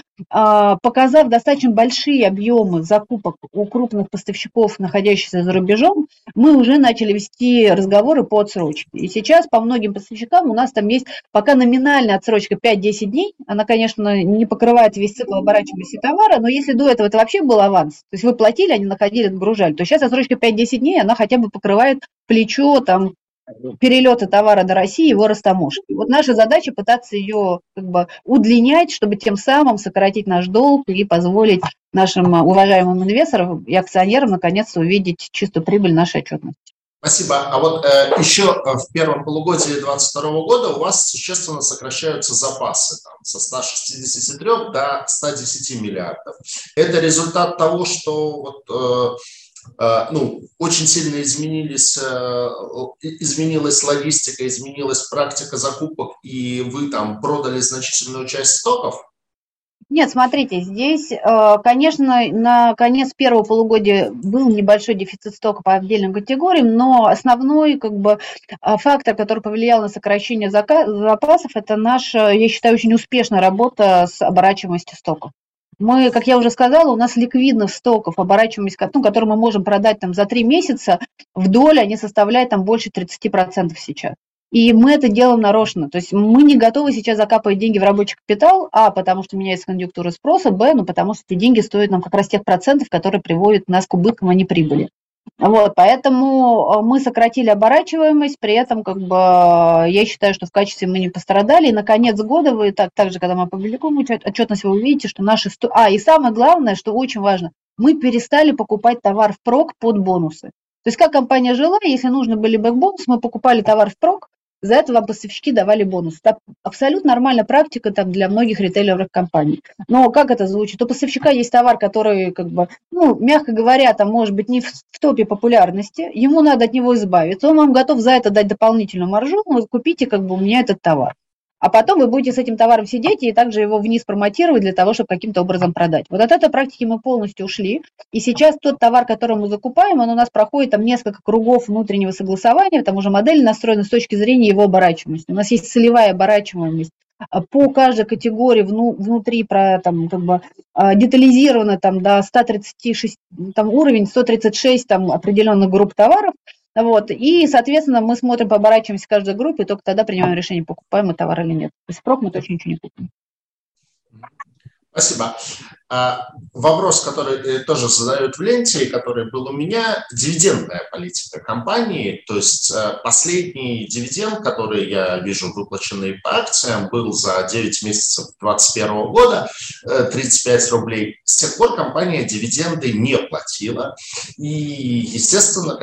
показав достаточно большие объемы закупок у крупных поставщиков, находящихся за рубежом, мы уже начали вести разговоры по отсрочке. И сейчас по многим поставщикам у нас там есть пока номинальная отсрочка 5-10 дней. Она, конечно, не покрывает весь цикл оборачиваемости товара, но если до этого это вообще был аванс, то есть вы платили, они находили, отгружали, то сейчас отсрочка 5-10 дней, она хотя бы покрывает плечо там перелета товара до России, его растаможки. Вот наша задача пытаться ее как бы удлинять, чтобы тем самым сократить наш долг и позволить нашим уважаемым инвесторам и акционерам наконец-то увидеть чистую прибыль нашей отчетности. Спасибо. А вот еще в первом полугодии 2022 года у вас существенно сокращаются запасы там, со 163 до 110 миллиардов. Это результат того, что вот, очень сильно изменилась логистика, изменилась практика закупок, и вы там продали значительную часть стоков? Нет, смотрите, здесь, конечно, на конец первого полугодия был небольшой дефицит стока по отдельным категориям, но основной как бы фактор, который повлиял на сокращение запасов, это наша, я считаю, очень успешная работа с оборачиваемостью стоков. Мы, как я уже сказала, у нас ликвидных стоков, оборачиваемость, которые мы можем продать там за 3 месяца, в доле они составляют там больше 30% сейчас. И мы это делаем нарочно. То есть мы не готовы сейчас закапывать деньги в рабочий капитал, потому что меняется конъюнктура спроса, потому что эти деньги стоят нам как раз тех процентов, которые приводят нас к убыткам, а не прибыли. Вот, поэтому мы сократили оборачиваемость, при этом как бы я считаю, что в качестве мы не пострадали. И на конец года вы также, когда мы опубликуем отчетность, вы увидите, что наши... и самое главное, что очень важно, мы перестали покупать товар впрок под бонусы. То есть как компания жила, если нужны были бэкбонусы, мы покупали товар впрок, за это вам поставщики давали бонус. Это абсолютно нормальная практика там, для многих ритейлерных компаний. Но как это звучит? У поставщика есть товар, который, как бы, мягко говоря, там, может быть, не в топе популярности, ему надо от него избавиться, он вам готов за это дать дополнительную маржу, вы купите как бы у меня этот товар. А потом вы будете с этим товаром сидеть и также его вниз промотировать для того, чтобы каким-то образом продать. Вот от этой практики мы полностью ушли. И сейчас тот товар, который мы закупаем, он у нас проходит там несколько кругов внутреннего согласования, там уже модель настроена с точки зрения его оборачиваемости. У нас есть целевая оборачиваемость по каждой категории внутри детализировано там, до 136, там, уровень 136 там, определенных групп товаров. Вот. И, соответственно, мы смотрим по оборачиваемости каждой группы, и только тогда принимаем решение, покупаем мы товар или нет. То есть впрок мы точно ничего не купим. Спасибо. Вопрос, который тоже задают в ленте, и который был у меня, дивидендная политика компании. То есть последний дивиденд, который я вижу выплаченный по акциям, был за 9 месяцев 2021 года 35 рублей. С тех пор компания дивиденды не платила. И, естественно,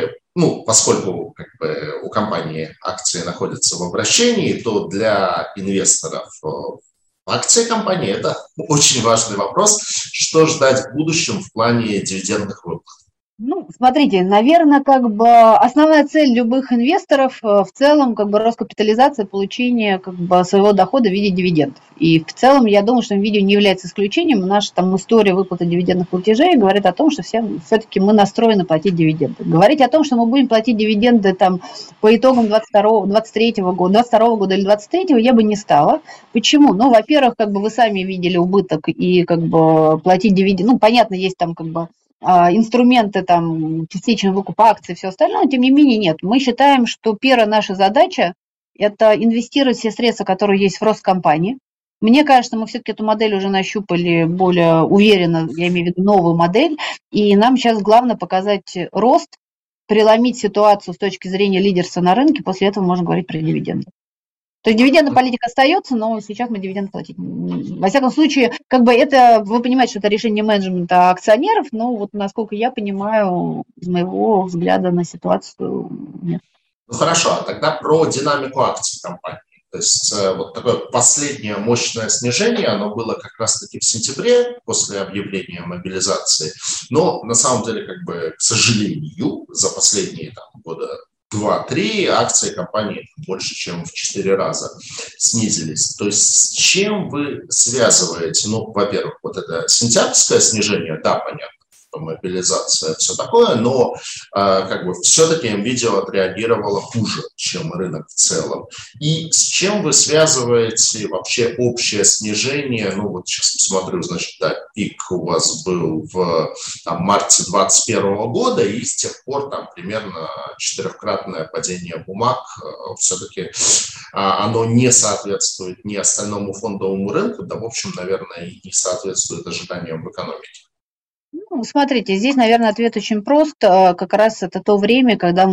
поскольку у компании акции находятся в обращении, то для инвесторов акции компании – это очень важный вопрос. Что ждать в будущем в плане дивидендных выплат? Смотрите, наверное, основная цель любых инвесторов в целом роскапитализация, получение своего дохода в виде дивидендов. И в целом, я думаю, что видео не является исключением. Наша история выплаты дивидендных платежей говорит о том, что все-таки мы настроены платить дивиденды. Говорить о том, что мы будем платить дивиденды по итогам 22 года или 23 я бы не стала. Почему? Во-первых, вы сами видели убыток и платить дивиденды. Понятно, есть инструменты, частичный выкуп акций и все остальное, тем не менее нет. Мы считаем, что первая наша задача – это инвестировать все средства, которые есть в рост компании. Мне кажется, мы все-таки эту модель уже нащупали более уверенно, я имею в виду новую модель, и нам сейчас главное показать рост, преломить ситуацию с точки зрения лидерства на рынке, после этого можно говорить про дивиденды. То есть дивидендная политика остается, но сейчас мы дивиденды платить. Во всяком случае, это, вы понимаете, что это решение менеджмента акционеров, но насколько я понимаю, из моего взгляда на ситуацию, нет. Хорошо, а тогда про динамику акций компании. То есть такое последнее мощное снижение, оно было как раз-таки в сентябре, после объявления мобилизации. Но на самом деле, к сожалению, за последние года 2-3 акции компании больше, чем в 4 раза снизились. То есть с чем вы связываете? Во-первых, это сентябрьское снижение, да, понятно. мобилизация, все такое, но как бы все-таки МВидео отреагировало хуже, чем рынок в целом. И с чем вы связываете вообще общее снижение? Ну вот сейчас посмотрю, значит, да, пик у вас был в марте 2021 года, и с тех пор там примерно 4-кратное падение бумаг. Все-таки оно не соответствует ни остальному фондовому рынку, да, в общем, наверное, и не соответствует ожиданиям в экономике. Ну, смотрите, здесь, наверное, ответ очень прост. Как раз это то время, когда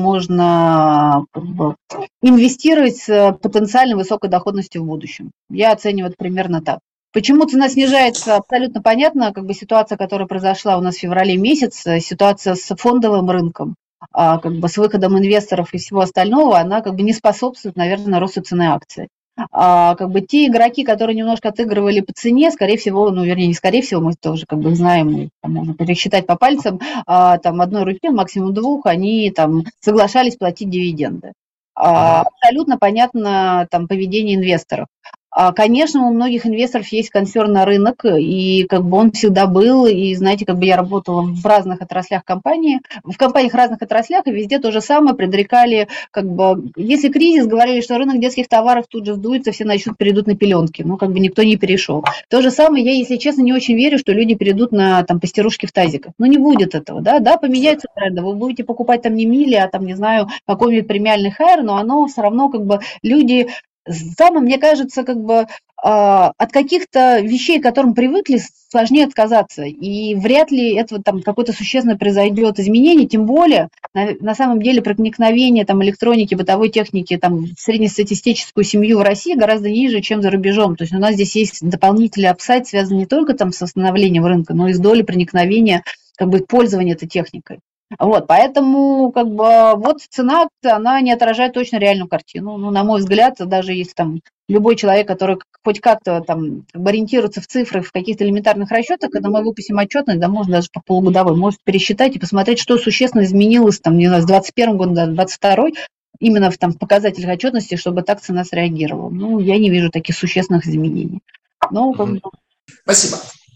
можно как бы инвестировать с потенциально высокой доходностью в будущем. Я оцениваю это примерно так. Почему цена снижается, абсолютно понятно. Как бы ситуация, которая произошла у нас в феврале месяце, ситуация с фондовым рынком, как бы с выходом инвесторов и всего остального, она как бы не способствует, наверное, росту цены акций. Как бы те игроки, которые немножко отыгрывали по цене, скорее всего, ну, вернее, не скорее всего, мы тоже как бы знаем, и, там, можно пересчитать по пальцам, там, одной руке, максимум двух, они там соглашались платить дивиденды. Абсолютно понятно там поведение инвесторов. Конечно, у многих инвесторов есть консерн на рынок, и как бы он всегда был, и знаете, как бы я работала в разных отраслях компании, в компаниях разных отраслях, и везде то же самое предрекали, как бы, если кризис, говорили, что рынок детских товаров тут же сдуется, все начнут перейдут на пеленки, ну, как бы никто не перешел. То же самое, я, если честно, не очень верю, что люди перейдут на, там, пастерушки в тазиках, ну, не будет этого, да, поменяются тренды, вы будете покупать там не мили, а там, не знаю, какой-нибудь премиальный хайр, но оно все равно, как бы, люди... Самое, мне кажется, как бы от каких-то вещей, к которым привыкли, сложнее отказаться. И вряд ли это там какое-то существенно произойдет изменение, тем более на самом деле проникновение там, электроники, бытовой техники там, в среднестатистическую семью в России гораздо ниже, чем за рубежом. То есть у нас здесь есть дополнительный апсайд, связанный не только там, с восстановлением рынка, но и с долей проникновения, как бы, пользования этой техникой. Вот, поэтому, как бы, вот цена, она не отражает точно реальную картину. Ну, на мой взгляд, даже если там любой человек, который хоть как-то там как бы ориентируется в цифрах, в каких-то элементарных расчетах, когда мы выпустим отчетность, да, можно даже по полугодовой, может пересчитать и посмотреть, что существенно изменилось там, не знаю, с 2021 года до 2022, именно в там показателях отчетности, чтобы так цена среагировала. Ну, я не вижу таких существенных изменений. Ну, как бы... Спасибо.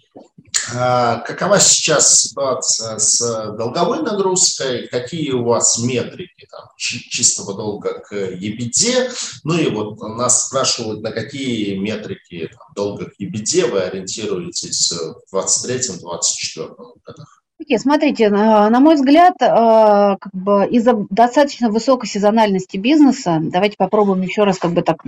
Какова сейчас ситуация с долговой нагрузкой? Какие у вас метрики там, чистого долга к EBITDA? Ну и вот нас спрашивают, на какие метрики там, долга к EBITDA вы ориентируетесь в 2023-2024 годах? Смотрите, на мой взгляд, как бы из-за достаточно высокой сезональности бизнеса, давайте попробуем еще раз как бы так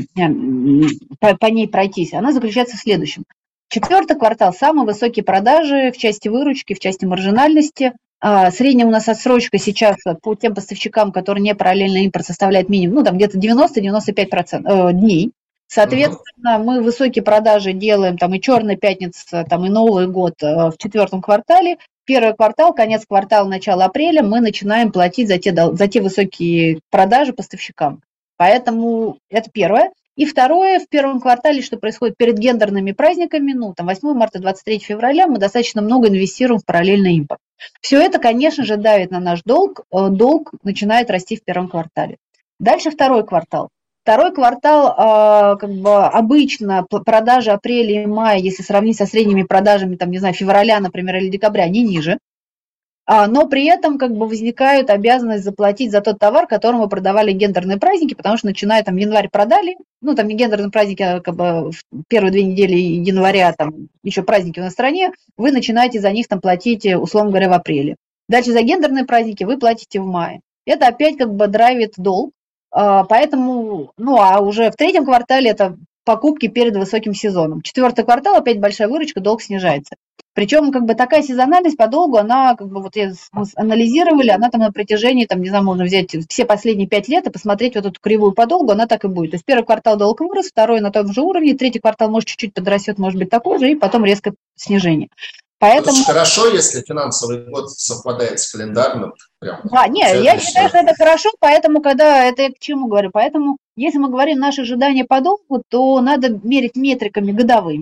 по ней пройтись, она заключается в следующем. Четвертый квартал – самые высокие продажи в части выручки, в части маржинальности. Средняя у нас отсрочка сейчас по тем поставщикам, которые не параллельный импорт, составляет минимум, ну, там где-то 90-95% дней. Соответственно, мы высокие продажи делаем, там и «Черная пятница», там и Новый год в четвертом квартале. Первый квартал, конец квартала, начало апреля мы начинаем платить за те высокие продажи поставщикам. Поэтому это первое. И второе, в первом квартале, что происходит перед гендерными праздниками, ну, там 8 марта, 23 февраля, мы достаточно много инвестируем в параллельный импорт. Все это, конечно же, давит на наш долг. Долг начинает расти в первом квартале. Дальше второй квартал. Второй квартал, как бы обычно продажи апреля и мая, если сравнить со средними продажами, там, не знаю, февраля, например, или декабря, они ниже. Но при этом как бы возникает обязанность заплатить за тот товар, которым вы продавали гендерные праздники, потому что начиная там январь продали, ну там не гендерные праздники, а как бы в первые 2 недели января, там еще праздники у нас в стране, вы начинаете за них там платить, условно говоря, в апреле. Дальше за гендерные праздники вы платите в мае. Это опять как бы драйвит долг, поэтому, ну а уже в третьем квартале это покупки перед высоким сезоном. Четвертый квартал, опять большая выручка, долг снижается. Причем, как бы, такая сезональность по долгу, она, как бы, вот мы анализировали, она там на протяжении, там, не знаю, можно взять все последние 5 лет и посмотреть вот эту кривую по долгу, она так и будет. То есть первый квартал долг вырос, второй на том же уровне, третий квартал может чуть-чуть подрастет, может быть такой же, и потом резкое снижение. Поэтому... Это хорошо, если финансовый год совпадает с календарным. Прям, да, нет, я считаю, что это хорошо, поэтому, когда это я к чему говорю, поэтому, если мы говорим наши ожидания по долгу, то надо мерить метриками годовыми.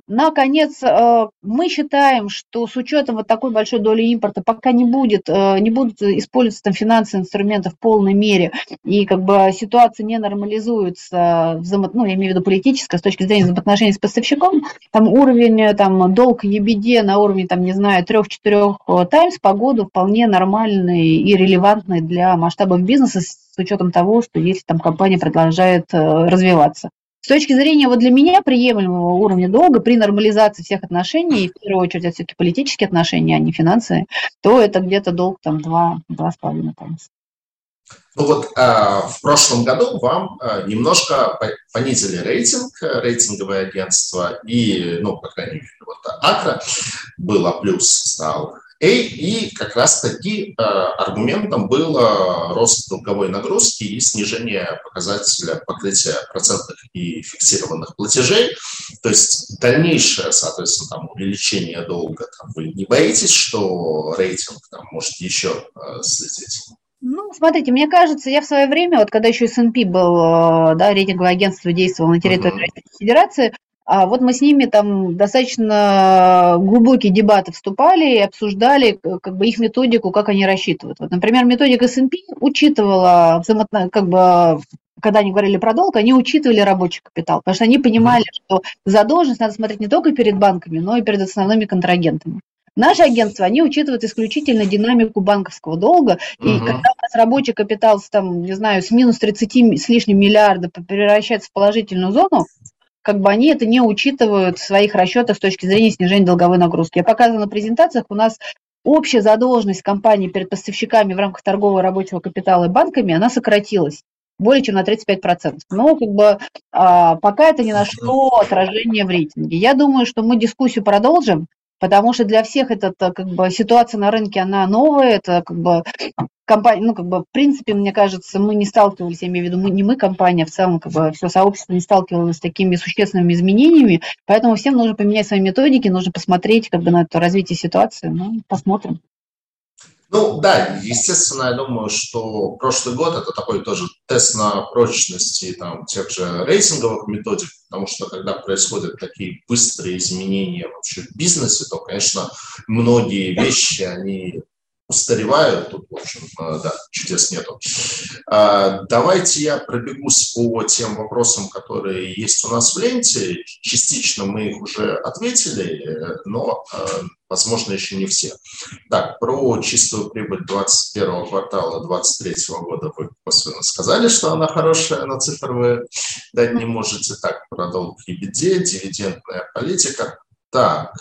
Наконец, мы считаем, что с учетом вот такой большой доли импорта пока не будут использоваться там финансовые инструменты в полной мере, и как бы ситуация не нормализуется, ну, я имею в виду политическая, с точки зрения взаимоотношений с поставщиком, там уровень, там, долг EBITDA на уровне, там, не знаю, 3-4 таймс по году вполне нормальный и релевантный для масштабов бизнеса с учетом того, что если там компания продолжает развиваться. С точки зрения вот для меня приемлемого уровня долга при нормализации всех отношений, и в первую очередь это все-таки политические отношения, а не финансовые, то это где-то долг там 2-2,5 таймса. Ну вот в прошлом году вам немножко понизили рейтинговое агентство, и, ну, по крайней мере, вот Акра был А+, стал А, и как раз-таки аргументом был рост долговой нагрузки и снижение показателя покрытия процентных и фиксированных платежей. То есть дальнейшее, соответственно, там, увеличение долга, там, вы не боитесь, что рейтинг там, может еще слететь? Ну, смотрите, мне кажется, я в свое время, вот когда еще S&P был, да, рейтинговое агентство действовало на территории Российской Федерации, вот мы с ними там достаточно глубокие дебаты вступали и обсуждали как бы их методику, как они рассчитывают. Вот, например, методика S&P учитывала, как бы, когда они говорили про долг, они учитывали рабочий капитал, потому что они понимали, что задолженность надо смотреть не только перед банками, но и перед основными контрагентами. Наши агентства, они учитывают исключительно динамику банковского долга, и когда у нас рабочий капитал, там, не знаю, с минус 30 с лишним миллиарда превращается в положительную зону, как бы они это не учитывают в своих расчетах с точки зрения снижения долговой нагрузки. Я показывала на презентациях, у нас общая задолженность компании перед поставщиками в рамках торгового рабочего капитала и банками, она сократилась более чем на 35%. Но как бы пока это не нашло отражения в рейтинге. Я думаю, что мы дискуссию продолжим, потому что для всех эта как бы ситуация на рынке, она новая, это как бы компания, ну, как бы, в принципе, мне кажется, мы не сталкивались, я имею в виду, не мы, компания, в целом, как бы, все сообщество не сталкивалось с такими существенными изменениями, поэтому всем нужно поменять свои методики, нужно посмотреть, как бы, на это развитие ситуации, ну, посмотрим. Ну да, естественно, я думаю, что прошлый год это такой тоже тест на прочности там, тех же рейтинговых методик, потому что когда происходят такие быстрые изменения вообще в бизнесе, то, конечно, многие вещи, они устаревают, тут, в общем, да, чудес нету. Давайте я пробегусь по тем вопросам, которые есть у нас в ленте. Частично мы их уже ответили, но, возможно, еще не все. Так, про чистую прибыль 2021 квартала 2023 года вы косвенно сказали, что она хорошая, но цифр вы дать не можете. Так, про долг EBITDA, дивидендная политика. Так,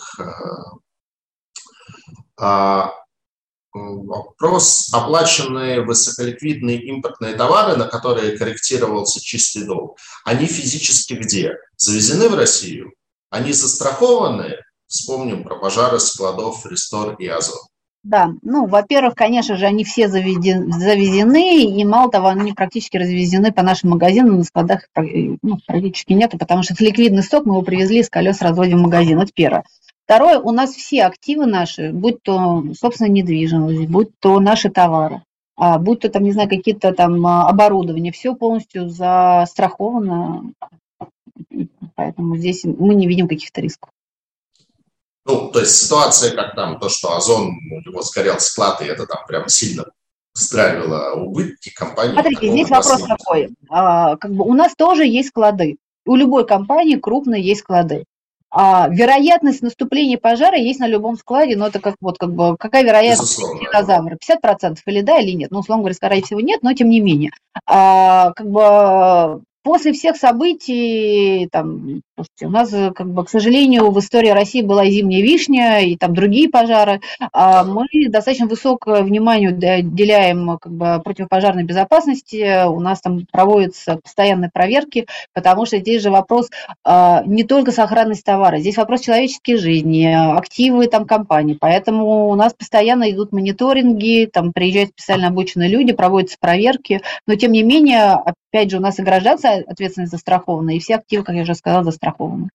вопрос: оплаченные высоколиквидные импортные товары, на которые корректировался чистый долг, они физически где? Завезены в Россию? Они застрахованы? Вспомним про пожары складов Рестор и Озон. Да, ну, во-первых, конечно же, они все завезены, и мало того, они практически развезены по нашим магазинам, на складах практически нету, потому что это ликвидный сток, мы его привезли с колес, разводим в магазин, это первое. Второе, у нас все активы наши, будь то собственная недвижимость, будь то наши товары, будь то там, не знаю, какие-то там оборудования, все полностью застраховано, поэтому здесь мы не видим каких-то рисков. Ну, то есть ситуация, как там, то, что Озон, у него сгорел склад, и это там прям сильно стравило убытки компании. Смотрите, здесь вопрос такой, как бы у нас тоже есть склады, у любой компании крупной есть склады. Вероятность наступления пожара есть на любом складе, но это как вот как бы какая вероятность динозавра? 50% или да, или нет? Ну, условно говоря, скорее всего, нет, но тем не менее. Как бы после всех событий, там, слушайте, у нас, как бы, к сожалению, в истории России была и зимняя вишня, и там другие пожары. Мы достаточно высокое внимание уделяем как бы противопожарной безопасности. У нас там проводятся постоянные проверки, потому что здесь же вопрос не только сохранность товара, здесь вопрос человеческой жизни, активы там компании. Поэтому у нас постоянно идут мониторинги, там приезжают специально обученные люди, проводятся проверки. Но тем не менее, опять же, у нас и гражданская ответственность застрахована, и все активы, как я уже сказала, застрахованы.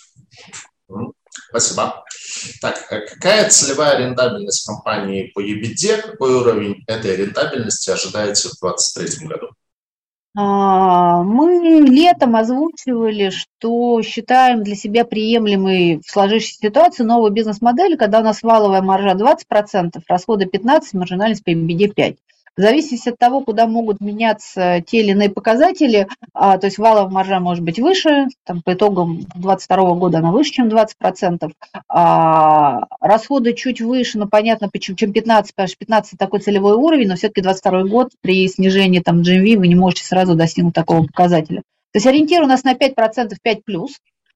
Спасибо. Так, какая целевая рентабельность компании по EBITDA? Какой уровень этой рентабельности ожидаете в 2023 году? Мы летом озвучивали, что считаем для себя приемлемой в сложившейся ситуации новую бизнес-модель, когда у нас валовая маржа 20%, расходы 15%, маржинальность по EBITDA 5%. В зависимости от того, куда могут меняться те или иные показатели, то есть валовая маржа может быть выше, там, по итогам 2022 года она выше, чем 20%, расходы чуть выше, но понятно, почему, чем 15%, потому что 15% такой целевой уровень, но все-таки 2022 год при снижении там, GMV вы не можете сразу достигнуть такого показателя. То есть ориентир у нас на 5%, 5+.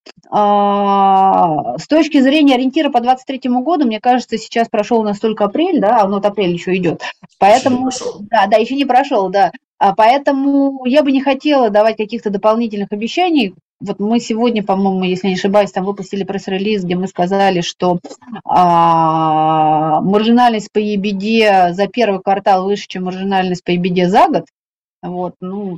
С точки зрения ориентира по 2023 году, мне кажется, сейчас прошел у нас только апрель, да, вот апрель еще идет. Поэтому, еще не прошел, да. Поэтому я бы не хотела давать каких-то дополнительных обещаний. Вот мы сегодня, по-моему, если не ошибаюсь, там выпустили пресс-релиз, где мы сказали, что маржинальность по EBITDA за первый квартал выше, чем маржинальность по EBITDA за год. Вот,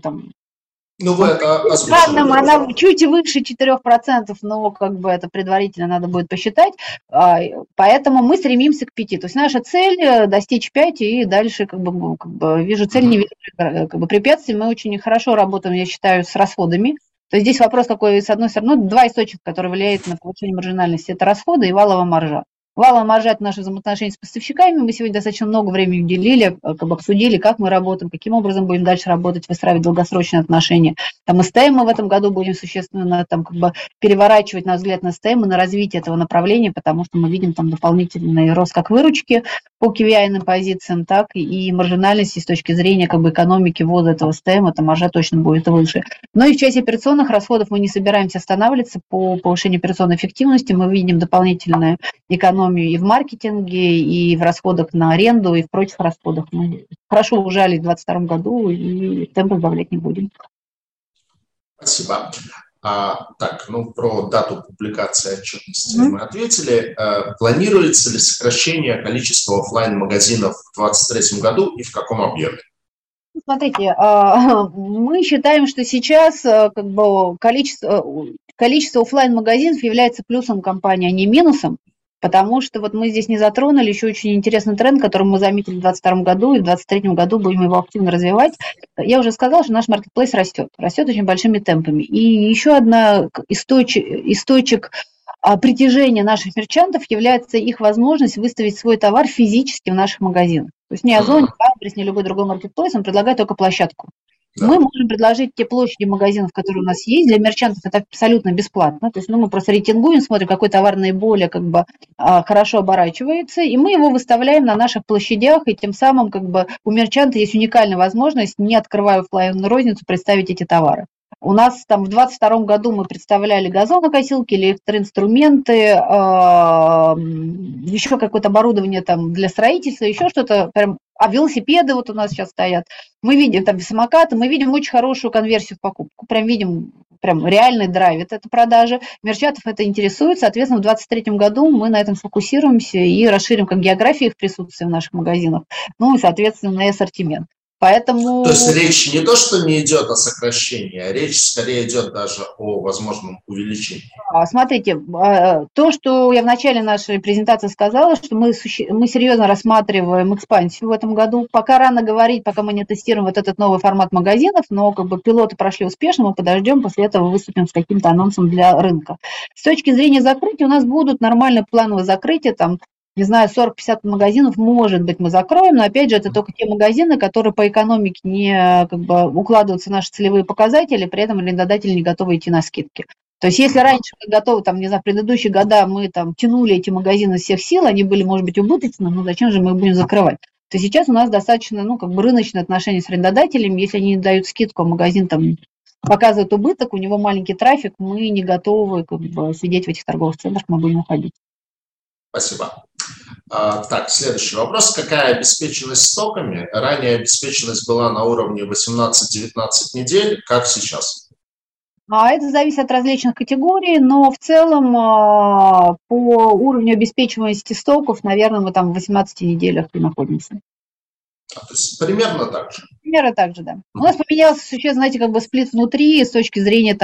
вы это озвучили. Она чуть выше 4%, но как бы это предварительно надо будет посчитать. Поэтому мы стремимся к 5. То есть наша цель достичь 5, и дальше вижу цель, не вижу препятствий. Мы очень хорошо работаем, я считаю, с расходами. То есть здесь вопрос какой, с одной стороны, два источника, которые влияют на повышение маржинальности. Это расходы и валовая маржа. Валовая маржа – это наши взаимоотношения с поставщиками. Мы сегодня достаточно много времени уделили, обсудили, как мы работаем, каким образом будем дальше работать, выстраивать долгосрочные отношения. СТМ мы в этом году будем существенно переворачивать, на взгляд, на СТМ и на развитие этого направления, потому что мы видим там дополнительный рост как выручки по KPI позициям, так и маржинальности с точки зрения экономики ввода этого СТМ, эта маржа точно будет выше. Но и в части операционных расходов мы не собираемся останавливаться по повышению операционной эффективности. Мы видим дополнительную экономию и в маркетинге, и в расходах на аренду, и в прочих расходах. Мы хорошо ужали в 2022 году, и темпы добавлять не будем. Спасибо. Про дату публикации отчетности мы ответили. Планируется ли сокращение количества офлайн-магазинов в 2023 году и в каком объеме? Смотрите, мы считаем, что сейчас количество офлайн-магазинов является плюсом компании, а не минусом. Потому что мы здесь не затронули еще очень интересный тренд, который мы заметили в 2022 году, и в 2023 году будем его активно развивать. Я уже сказала, что наш маркетплейс растет очень большими темпами. И еще один источник притяжения наших мерчантов является их возможность выставить свой товар физически в наших магазинах. То есть ни Озон, ни Вайлдберрис, ни любой другой маркетплейс, он предлагает только площадку. Да. Мы можем предложить те площади магазинов, которые у нас есть. Для мерчантов это абсолютно бесплатно. То есть мы просто рейтингуем, смотрим, какой товар наиболее хорошо оборачивается, и мы его выставляем на наших площадях, и тем самым у мерчанта есть уникальная возможность, не открывая офлайн розницу, представить эти товары. У нас в 2022 году мы представляли газонокосилки, электроинструменты, еще какое-то оборудование для строительства, еще что-то, велосипеды у нас сейчас стоят. Мы видим самокаты, мы видим очень хорошую конверсию в покупку, видим реальный драйв, это продажи. Мерчантов это интересует, соответственно, в 2023 году мы на этом сфокусируемся и расширим географию их присутствия в наших магазинах, и, соответственно, и ассортимент. Поэтому... То есть речь не то, что не идет о сокращении, а речь скорее идет даже о возможном увеличении. Смотрите, то, что я в начале нашей презентации сказала, что мы серьезно рассматриваем экспансию в этом году. Пока рано говорить, пока мы не тестируем этот новый формат магазинов, но пилоты прошли успешно, мы подождем, после этого выступим с каким-то анонсом для рынка. С точки зрения закрытия у нас будут нормальные плановые закрытия, 40-50 магазинов, может быть, мы закроем, но, опять же, это только те магазины, которые по экономике не укладываются в наши целевые показатели, при этом арендодатели не готовы идти на скидки. То есть, если раньше мы готовы, в предыдущие года мы тянули эти магазины из всех сил, они были, может быть, убыточны, но зачем же мы их будем закрывать? То сейчас у нас достаточно, рыночные отношения с арендодателями, если они не дают скидку, а магазин показывает убыток, у него маленький трафик, мы не готовы сидеть в этих торговых центрах, мы будем уходить. Спасибо. Следующий вопрос. Какая обеспеченность стоками? Ранее обеспеченность была на уровне 18-19 недель. Как сейчас? Это зависит от различных категорий, но в целом по уровню обеспечиваемости стоков, наверное, мы в 18 неделях и находимся. То есть примерно так же? Примерно так же, да. У нас поменялся существенно, сплит внутри с точки зрения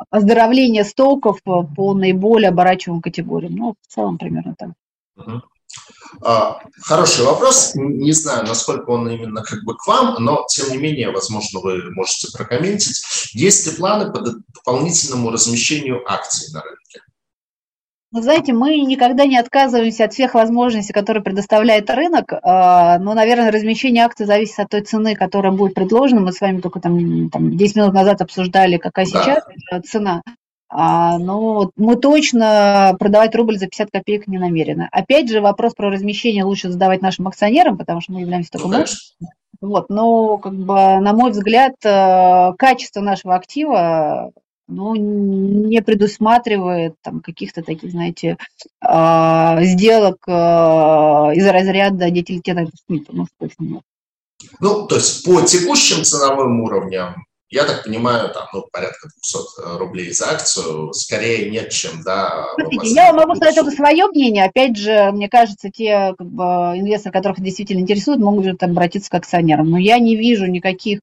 оздоровления стоков по наиболее оборачиваемым категориям. В целом примерно так. Хороший вопрос. Не знаю, насколько он именно как бы к вам, но тем не менее, возможно, вы можете прокомментить. Есть ли планы по дополнительному размещению акций на рынке? Вы знаете, мы никогда не отказываемся от всех возможностей, которые предоставляет рынок, но, наверное, размещение акций зависит от той цены, которая будет предложена. Мы с вами только там 10 минут назад обсуждали, какая сейчас цена. Но мы точно продавать рубль за 50 копеек не намерены. Опять же, вопрос про размещение лучше задавать нашим акционерам, потому что мы являемся только менеджером. Вот, но, как бы, на мой взгляд, качество нашего актива не предусматривает там каких-то таких, знаете, сделок из разряда деятельности СМИ. Ну, то есть по текущим ценовым уровням, я так понимаю, там, порядка 200 рублей за акцию, скорее нет, чем, Смотрите, я могу сказать только свое мнение. Опять же, мне кажется, те инвесторы, которых действительно интересует, могут обратиться к акционерам. Но я не вижу никаких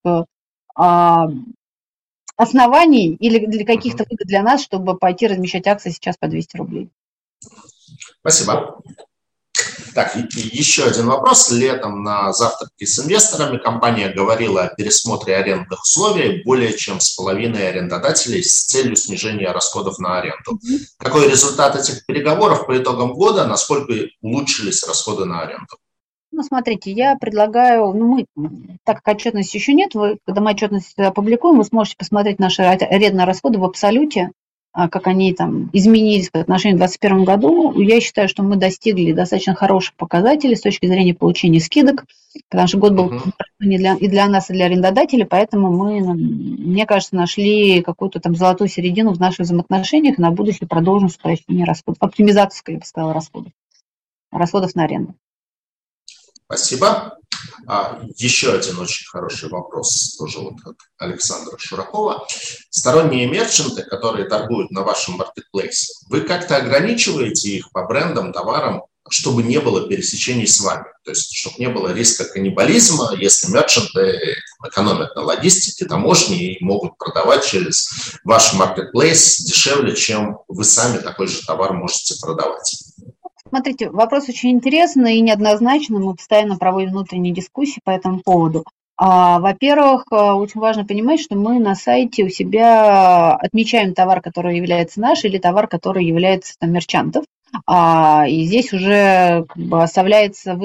оснований или для каких-то выгод для нас, чтобы пойти размещать акции сейчас по 200 рублей. Спасибо. Так, еще один вопрос. Летом на завтраке с инвесторами компания говорила о пересмотре арендных условий более чем с половиной арендодателей с целью снижения расходов на аренду. Какой результат этих переговоров по итогам года? Насколько улучшились расходы на аренду? Смотрите, я предлагаю, так как отчетности еще нет, когда мы отчетность опубликуем, вы сможете посмотреть наши арендные расходы в абсолюте, как они там изменились по отношению к 2021 году. Я считаю, что мы достигли достаточно хороших показателей с точки зрения получения скидок, потому что год был и для нас, и для арендодателей, поэтому мы, мне кажется, нашли какую-то там золотую середину в наших взаимоотношениях, и на будущее продолжим сокращение расходов, оптимизацию, я бы сказала, расходов на аренду. Спасибо. Еще один очень хороший вопрос, тоже от Александра Шуракова. Сторонние мерчанты, которые торгуют на вашем маркетплейсе, вы как-то ограничиваете их по брендам, товарам, чтобы не было пересечений с вами? То есть, чтобы не было риска каннибализма, если мерчанты экономят на логистике, таможне и могут продавать через ваш маркетплейс дешевле, чем вы сами такой же товар можете продавать. Смотрите, вопрос очень интересный и неоднозначный. Мы постоянно проводим внутренние дискуссии по этому поводу. Во-первых, очень важно понимать, что мы на сайте у себя отмечаем товар, который является наш, или товар, который является мерчантов. И здесь уже остается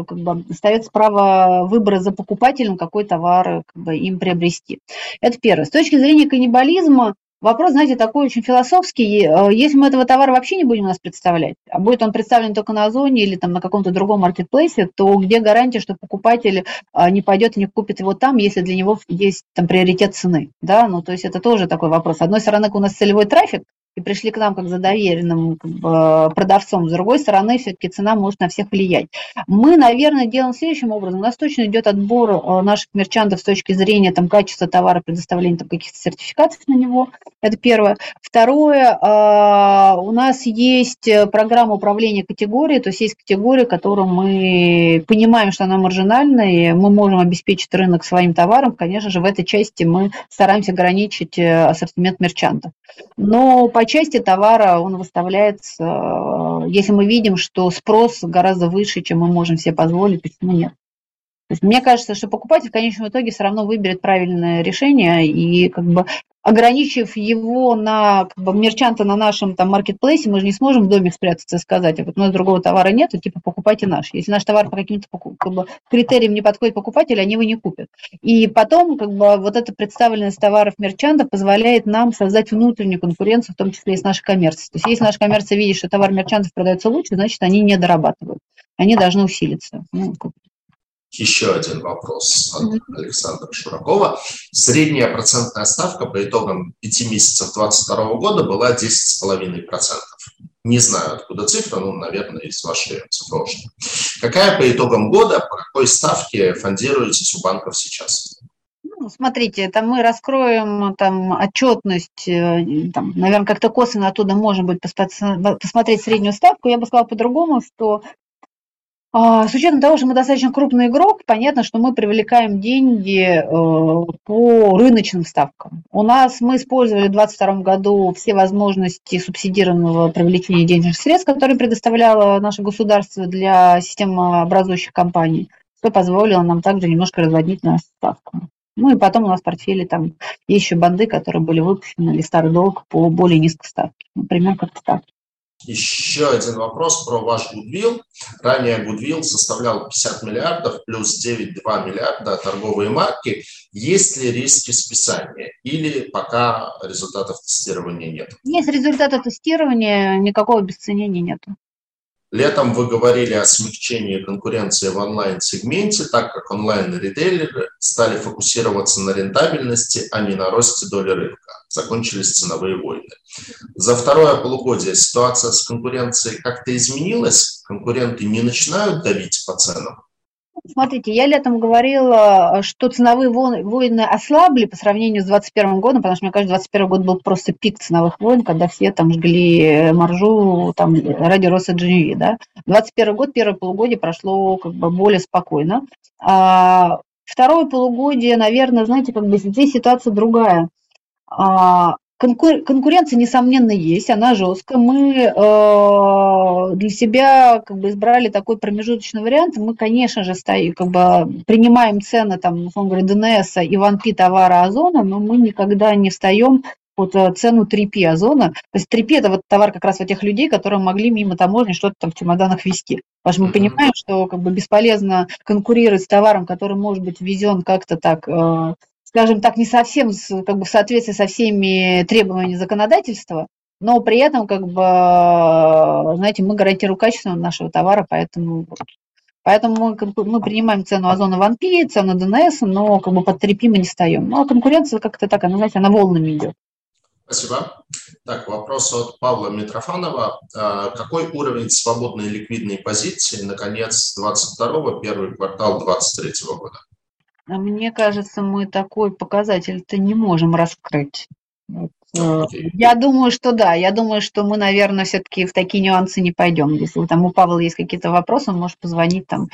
право выбора за покупателем, какой товар им приобрести. Это первое. С точки зрения каннибализма, вопрос, знаете, такой очень философский. Если мы этого товара вообще не будем у нас представлять, а будет он представлен только на Озоне или там на каком-то другом маркетплейсе, то где гарантия, что покупатель не пойдет и не купит его там, если для него есть там приоритет цены? Да? То есть это тоже такой вопрос. С одной стороны, у нас целевой трафик, и пришли к нам как за доверенным продавцом. С другой стороны, все-таки цена может на всех влиять. Мы, наверное, делаем следующим образом. У нас точно идет отбор наших мерчантов с точки зрения качества товара, предоставления каких-то сертификатов на него. Это первое. Второе, у нас есть программа управления категорией, то есть есть категория, которую мы понимаем, что она маржинальная, и мы можем обеспечить рынок своим товаром. Конечно же, в этой части мы стараемся ограничить ассортимент мерчантов. Но по части товара он выставляется, если мы видим, что спрос гораздо выше, чем мы можем себе позволить, почему нет? То есть мне кажется, что покупатель в конечном итоге все равно выберет правильное решение, и ограничив его на мерчанта на нашем маркетплейсе, мы же не сможем в доме спрятаться и сказать, вот у нас другого товара нет, покупайте наш. Если наш товар по каким-то критериям не подходит покупателю, они его не купят. И потом вот эта представленность товаров мерчанта позволяет нам создать внутреннюю конкуренцию, в том числе и с нашей коммерцией. То есть если наша коммерция видит, что товар мерчантов продается лучше, значит, они не дорабатывают, они должны усилиться. Еще один вопрос от Александра Шуракова. Средняя процентная ставка по итогам 5 месяцев 2022 года была 10,5%. Не знаю, откуда цифра, наверное, из вашей цифровки. Какая по итогам года, по какой ставке фондируетесь у банков сейчас? Смотрите, это мы раскроем отчетность, наверное, как-то косвенно оттуда можно будет посмотреть среднюю ставку. Я бы сказала по-другому, что С учетом того, что мы достаточно крупный игрок, понятно, что мы привлекаем деньги по рыночным ставкам. Мы использовали в 2022 году все возможности субсидированного привлечения денежных средств, которые предоставляло наше государство для системообразующих компаний, что позволило нам также немножко разводить нашу ставку. Ну и потом у нас в портфеле там есть еще банды, которые были выпущены, или старый долг по более низкой ставке. Например, как-то так. Еще один вопрос про ваш Goodwill. Ранее Goodwill составлял 50 миллиардов плюс 9,2 миллиарда торговые марки. Есть ли риски списания или пока результатов тестирования нет? Есть результаты тестирования, никакого обесценения нет. Летом вы говорили о смягчении конкуренции в онлайн-сегменте, так как онлайн-ритейлеры стали фокусироваться на рентабельности, а не на росте доли рынка. Закончились ценовые войны. За второе полугодие ситуация с конкуренцией как-то изменилась? Конкуренты не начинают давить по ценам? Смотрите, я летом говорила, что ценовые войны ослабли по сравнению с 2021 годом, потому что, мне кажется, 2021 год был просто пик ценовых войн, когда все там жгли маржу там, ради роста GMV. Да? 2021 год, первое полугодие прошло как бы более спокойно. Второе полугодие, наверное, знаете, как бы здесь ситуация другая. Конкуренция, несомненно, есть, она жесткая. Мы для себя как бы избрали такой промежуточный вариант. Мы, конечно же, как бы принимаем цены, там, условно говоря, ДНС и 1P товара Озона, но мы никогда не встаем под цену 3P Озона. То есть 3P – это вот товар как раз вот тех людей, которые могли мимо таможни что-то там в чемоданах везти. Потому что мы понимаем, что как бы бесполезно конкурировать с товаром, который может быть ввезен как-то так, скажем так, не совсем как бы в соответствии со всеми требованиями законодательства, но при этом, как бы, знаете, мы гарантируем качество нашего товара, поэтому мы принимаем цену Озона в 1P, цену ДНС, но как бы под 3P мы не встаем. Ну, а конкуренция как-то так, она, знаете, она волнами идет. Спасибо. Так, вопрос от Павла Митрофанова. Какой уровень свободной ликвидной позиции на конец 22-го, первый квартал 23-го года? Мне кажется, мы такой показатель-то не можем раскрыть. Я думаю, что да. Я думаю, что мы, наверное, все-таки в такие нюансы не пойдем. Если там у Павла есть какие-то вопросы, он может позвонить, там,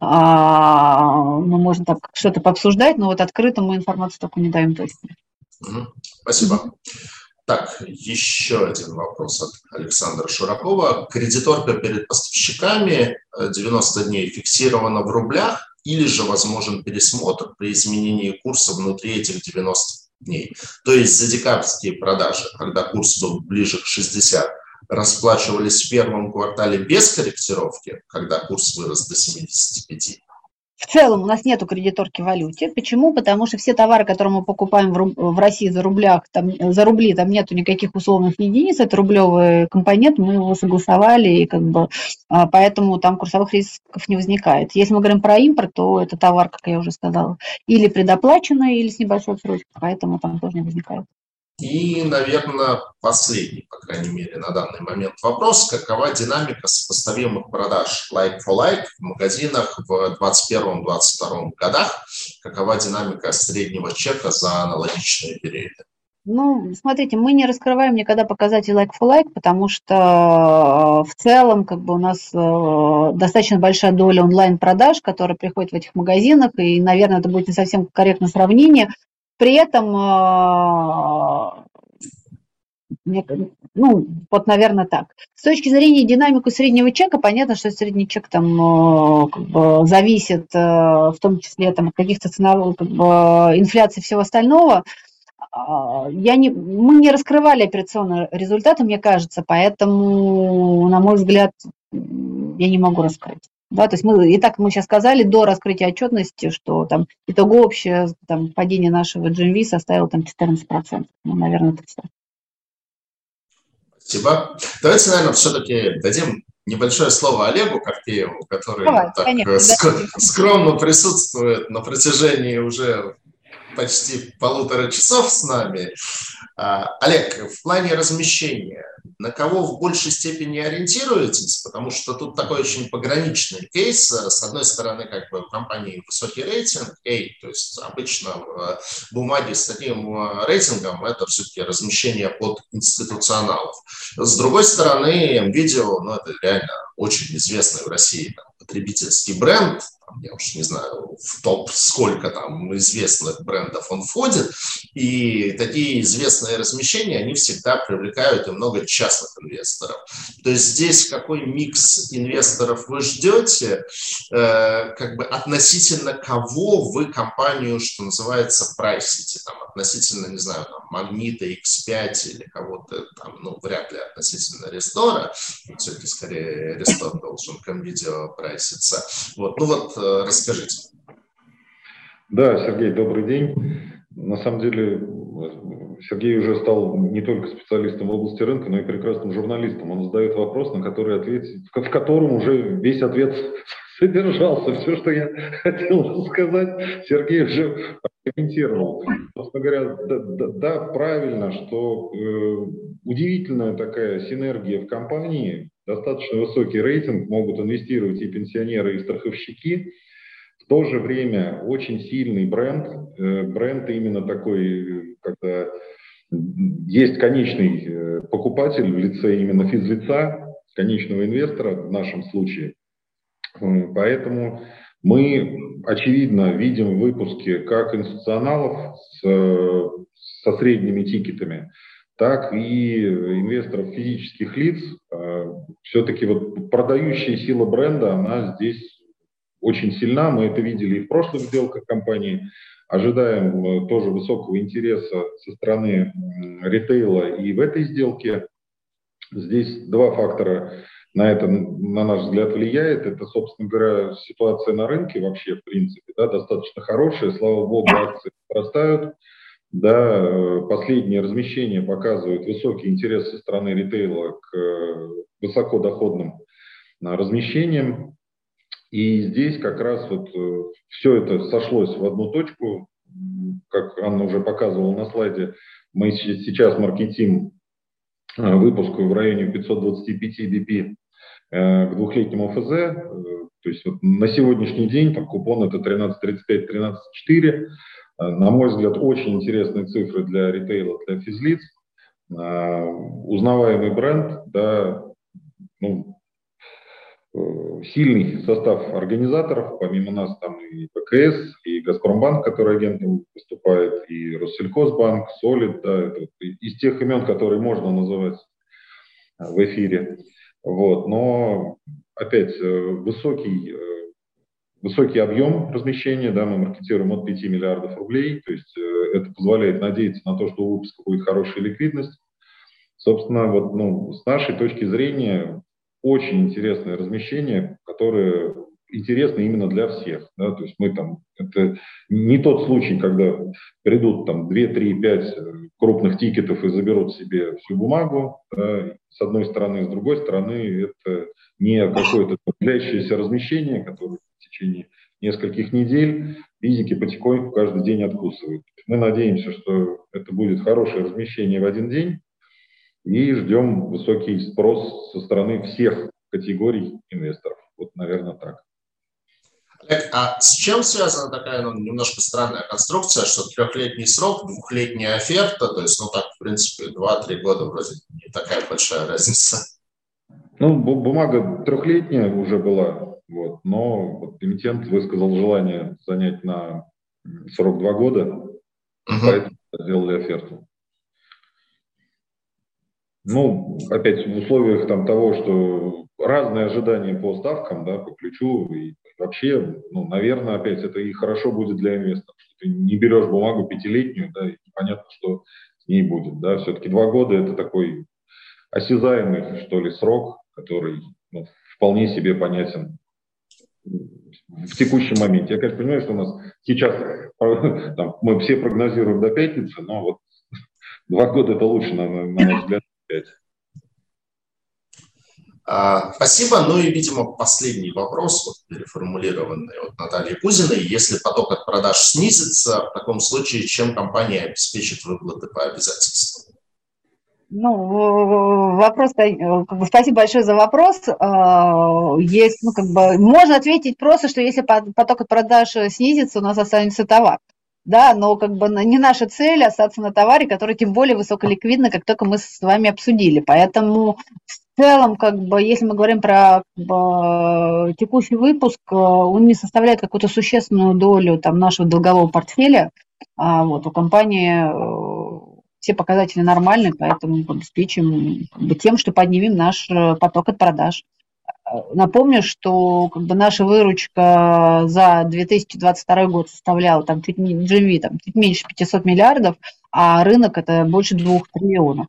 мы можем так что-то пообсуждать, но вот открыто мы информацию такую не даем точно. Спасибо. Так, еще один вопрос от Александра Шуракова. Кредиторка перед поставщиками 90 дней фиксирована в рублях или же возможен пересмотр при изменении курса внутри этих 90 дней? То есть за декабрьские продажи, когда курс был ближе к 60, расплачивались в первом квартале без корректировки, когда курс вырос до 75? В целом у нас нету кредиторки в валюте. Почему? Потому что все товары, которые мы покупаем в России за рубли, там нету никаких условных единиц, это рублевый компонент, мы его согласовали, и как бы, поэтому там курсовых рисков не возникает. Если мы говорим про импорт, то это товар, как я уже сказала, или предоплаченный, или с небольшой отсрочкой, поэтому там тоже не возникает. И, наверное, последний, по крайней мере, на данный момент вопрос. Какова динамика сопоставимых продаж like-for-like в магазинах в 2021-2022 годах? Какова динамика среднего чека за аналогичные периоды? Ну, смотрите, мы не раскрываем никогда показатель like-for-like, потому что в целом как бы у нас достаточно большая доля онлайн-продаж, которая приходит в этих магазинах, и, наверное, это будет не совсем корректное сравнение. При этом, ну, вот, наверное, так. С точки зрения динамики среднего чека, понятно, что средний чек там как бы зависит, в том числе там, от каких-то ценовых, как бы, инфляции и всего остального. Мы не раскрывали операционные результаты, мне кажется, поэтому, на мой взгляд, я не могу раскрыть. Да, то есть мы сейчас сказали до раскрытия отчетности, что там итого общее там, падение нашего GMV составило там 14%. Ну, наверное, это все. Спасибо. Давайте, наверное, все-таки дадим небольшое слово Олегу Карпееву, который скромно присутствует на протяжении уже почти 1,5 часов с нами. Олег, в плане размещения на кого в большей степени ориентируетесь? Потому что тут такой очень пограничный кейс. С одной стороны, как бы у компании высокий рейтинг, то есть обычно бумаги с таким рейтингом это все-таки размещение под институционалов. С другой стороны, МВидео, это реально очень известный в России потребительский бренд, я уж не знаю, в топ сколько там известных брендов он входит, и такие известные размещения, они всегда привлекают и много частных инвесторов. То есть здесь какой микс инвесторов вы ждете, как бы относительно кого вы компанию, что называется, прайсите, там, относительно, не знаю, там, Магнита, X5 или кого-то там, вряд ли относительно Рестора, все-таки скорее Рестор должен к МВидео прайситься. Расскажите. Да, Сергей, добрый день. На самом деле, Сергей уже стал не только специалистом в области рынка, но и прекрасным журналистом. Он задает вопрос, на который в котором уже весь ответ содержался. Все, что я хотел сказать, Сергей уже комментировал. Собственно говоря, да, правильно, что удивительная такая синергия в компании, достаточно высокий рейтинг, могут инвестировать и пенсионеры, и страховщики. В то же время очень сильный бренд именно такой, когда есть конечный покупатель в лице именно физлица, конечного инвестора в нашем случае. Поэтому мы, очевидно, видим в выпуске как институционалов со средними тикетами, так и инвесторов физических лиц. Все-таки продающая сила бренда, она здесь очень сильна. Мы это видели и в прошлых сделках компании. Ожидаем тоже высокого интереса со стороны ритейла и в этой сделке. Здесь два фактора на это, на наш взгляд, влияет. Это, собственно говоря, ситуация на рынке вообще, в принципе, достаточно хорошая. Слава богу, акции растают. Да, последние размещения показывают высокий интерес со стороны ритейла к высокодоходным размещениям. И здесь как раз все это сошлось в одну точку. Как Анна уже показывала на слайде, мы сейчас маркетим выпуск в районе 525 BP к двухлетнему ФЗ. То есть на сегодняшний день купон это 13.35, 13.4. На мой взгляд, очень интересные цифры для ритейла, для физлиц. Узнаваемый бренд, да, сильный состав организаторов, помимо нас там и ПКС, и Газпромбанк, который агентом выступает, и Россельхозбанк, Солид, да, это из тех имен, которые можно называть в эфире. Но опять высокий объем размещения, да, мы маркетируем от 5 миллиардов рублей, то есть это позволяет надеяться на то, что у выпуска будет хорошая ликвидность. Собственно, с нашей точки зрения, очень интересное размещение, которое интересно именно для всех. Да? То есть это не тот случай, когда придут 2, 3, 5 крупных тикетов и заберут себе всю бумагу, да, с одной стороны, с другой стороны, это не какое-то длящееся размещение, которое в течение нескольких недель физики потихоньку каждый день откусывают. Мы надеемся, что это будет хорошее размещение в один день, и ждем высокий спрос со стороны всех категорий инвесторов. Наверное, так. Олег, а с чем связана такая немножко странная конструкция, что 3-летний срок, 2-летняя оферта, то есть, в принципе, 2-3 года вроде не такая большая разница? Бумага 3-летняя уже была, но эмитент высказал желание занять на срок 2 года, поэтому сделали оферту. Опять в условиях того, что разные ожидания по ставкам, да, по ключу, и вообще, наверное, опять это и хорошо будет для инвесторов, что ты не берешь бумагу 5-летнюю, да, и непонятно, что с ней будет, да, все-таки 2 года это такой осязаемый, что ли, срок, который вполне себе понятен в текущем моменте. Я, конечно, понимаю, что у нас сейчас мы все прогнозируем до пятницы, но 2 года это лучше, на наш взгляд. Спасибо. И, видимо, последний вопрос, переформулированный от Натальи Кузиной. Если поток от продаж снизится, в таком случае чем компания обеспечит выплаты по обязательствам? Ну, вопрос, спасибо большое за вопрос. Есть, можно ответить просто, что если поток продаж снизится, у нас останется товар. Да, но не наша цель остаться на товаре, который тем более высоколиквидный, как только мы с вами обсудили. Поэтому в целом, если мы говорим про текущий выпуск, он не составляет какую-то существенную долю нашего долгового портфеля. У компании все показатели нормальные, поэтому обеспечим тем, что поднимем наш поток от продаж. Напомню, что наша выручка за 2022 год составляла чуть меньше 500 миллиардов, а рынок это больше 2 триллионов.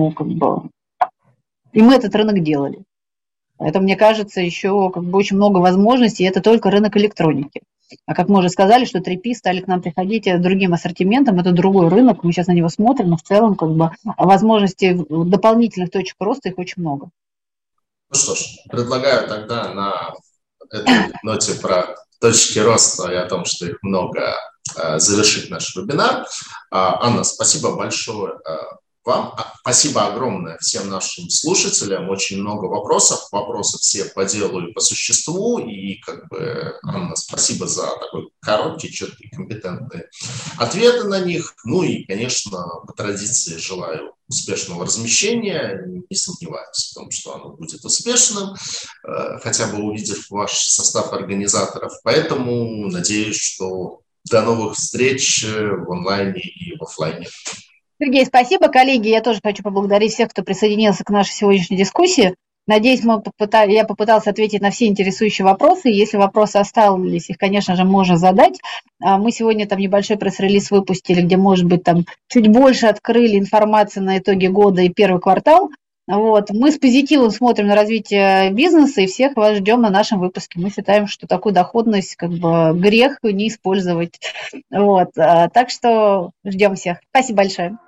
И мы этот рынок делали. Поэтому, мне кажется, еще очень много возможностей, и это только рынок электроники. А как мы уже сказали, что 3P стали к нам приходить другим ассортиментом, это другой рынок, мы сейчас на него смотрим, но в целом возможностей дополнительных точек роста их очень много. Ну что ж, предлагаю тогда на этой ноте про точки роста и о том, что их много, завершить наш вебинар. Анна, спасибо большое вам. Спасибо огромное всем нашим слушателям. Очень много вопросов. Вопросы все по делу и по существу. И Анна, спасибо за такой короткий, четкий, компетентные ответы на них. Ну и, конечно, по традиции желаю успешного размещения. Не сомневаюсь в том, что оно будет успешным, хотя бы увидев ваш состав организаторов. Поэтому надеюсь, что до новых встреч в онлайне и в офлайне. Сергей, спасибо. Коллеги, я тоже хочу поблагодарить всех, кто присоединился к нашей сегодняшней дискуссии. Надеюсь, я попыталась ответить на все интересующие вопросы. Если вопросы остались, их, конечно же, можно задать. Мы сегодня небольшой пресс-релиз выпустили, где, может быть, чуть больше открыли информации на итоги года и первый квартал. Мы с позитивом смотрим на развитие бизнеса и всех вас ждем на нашем выпуске. Мы считаем, что такую доходность грех не использовать. Так что ждем всех. Спасибо большое.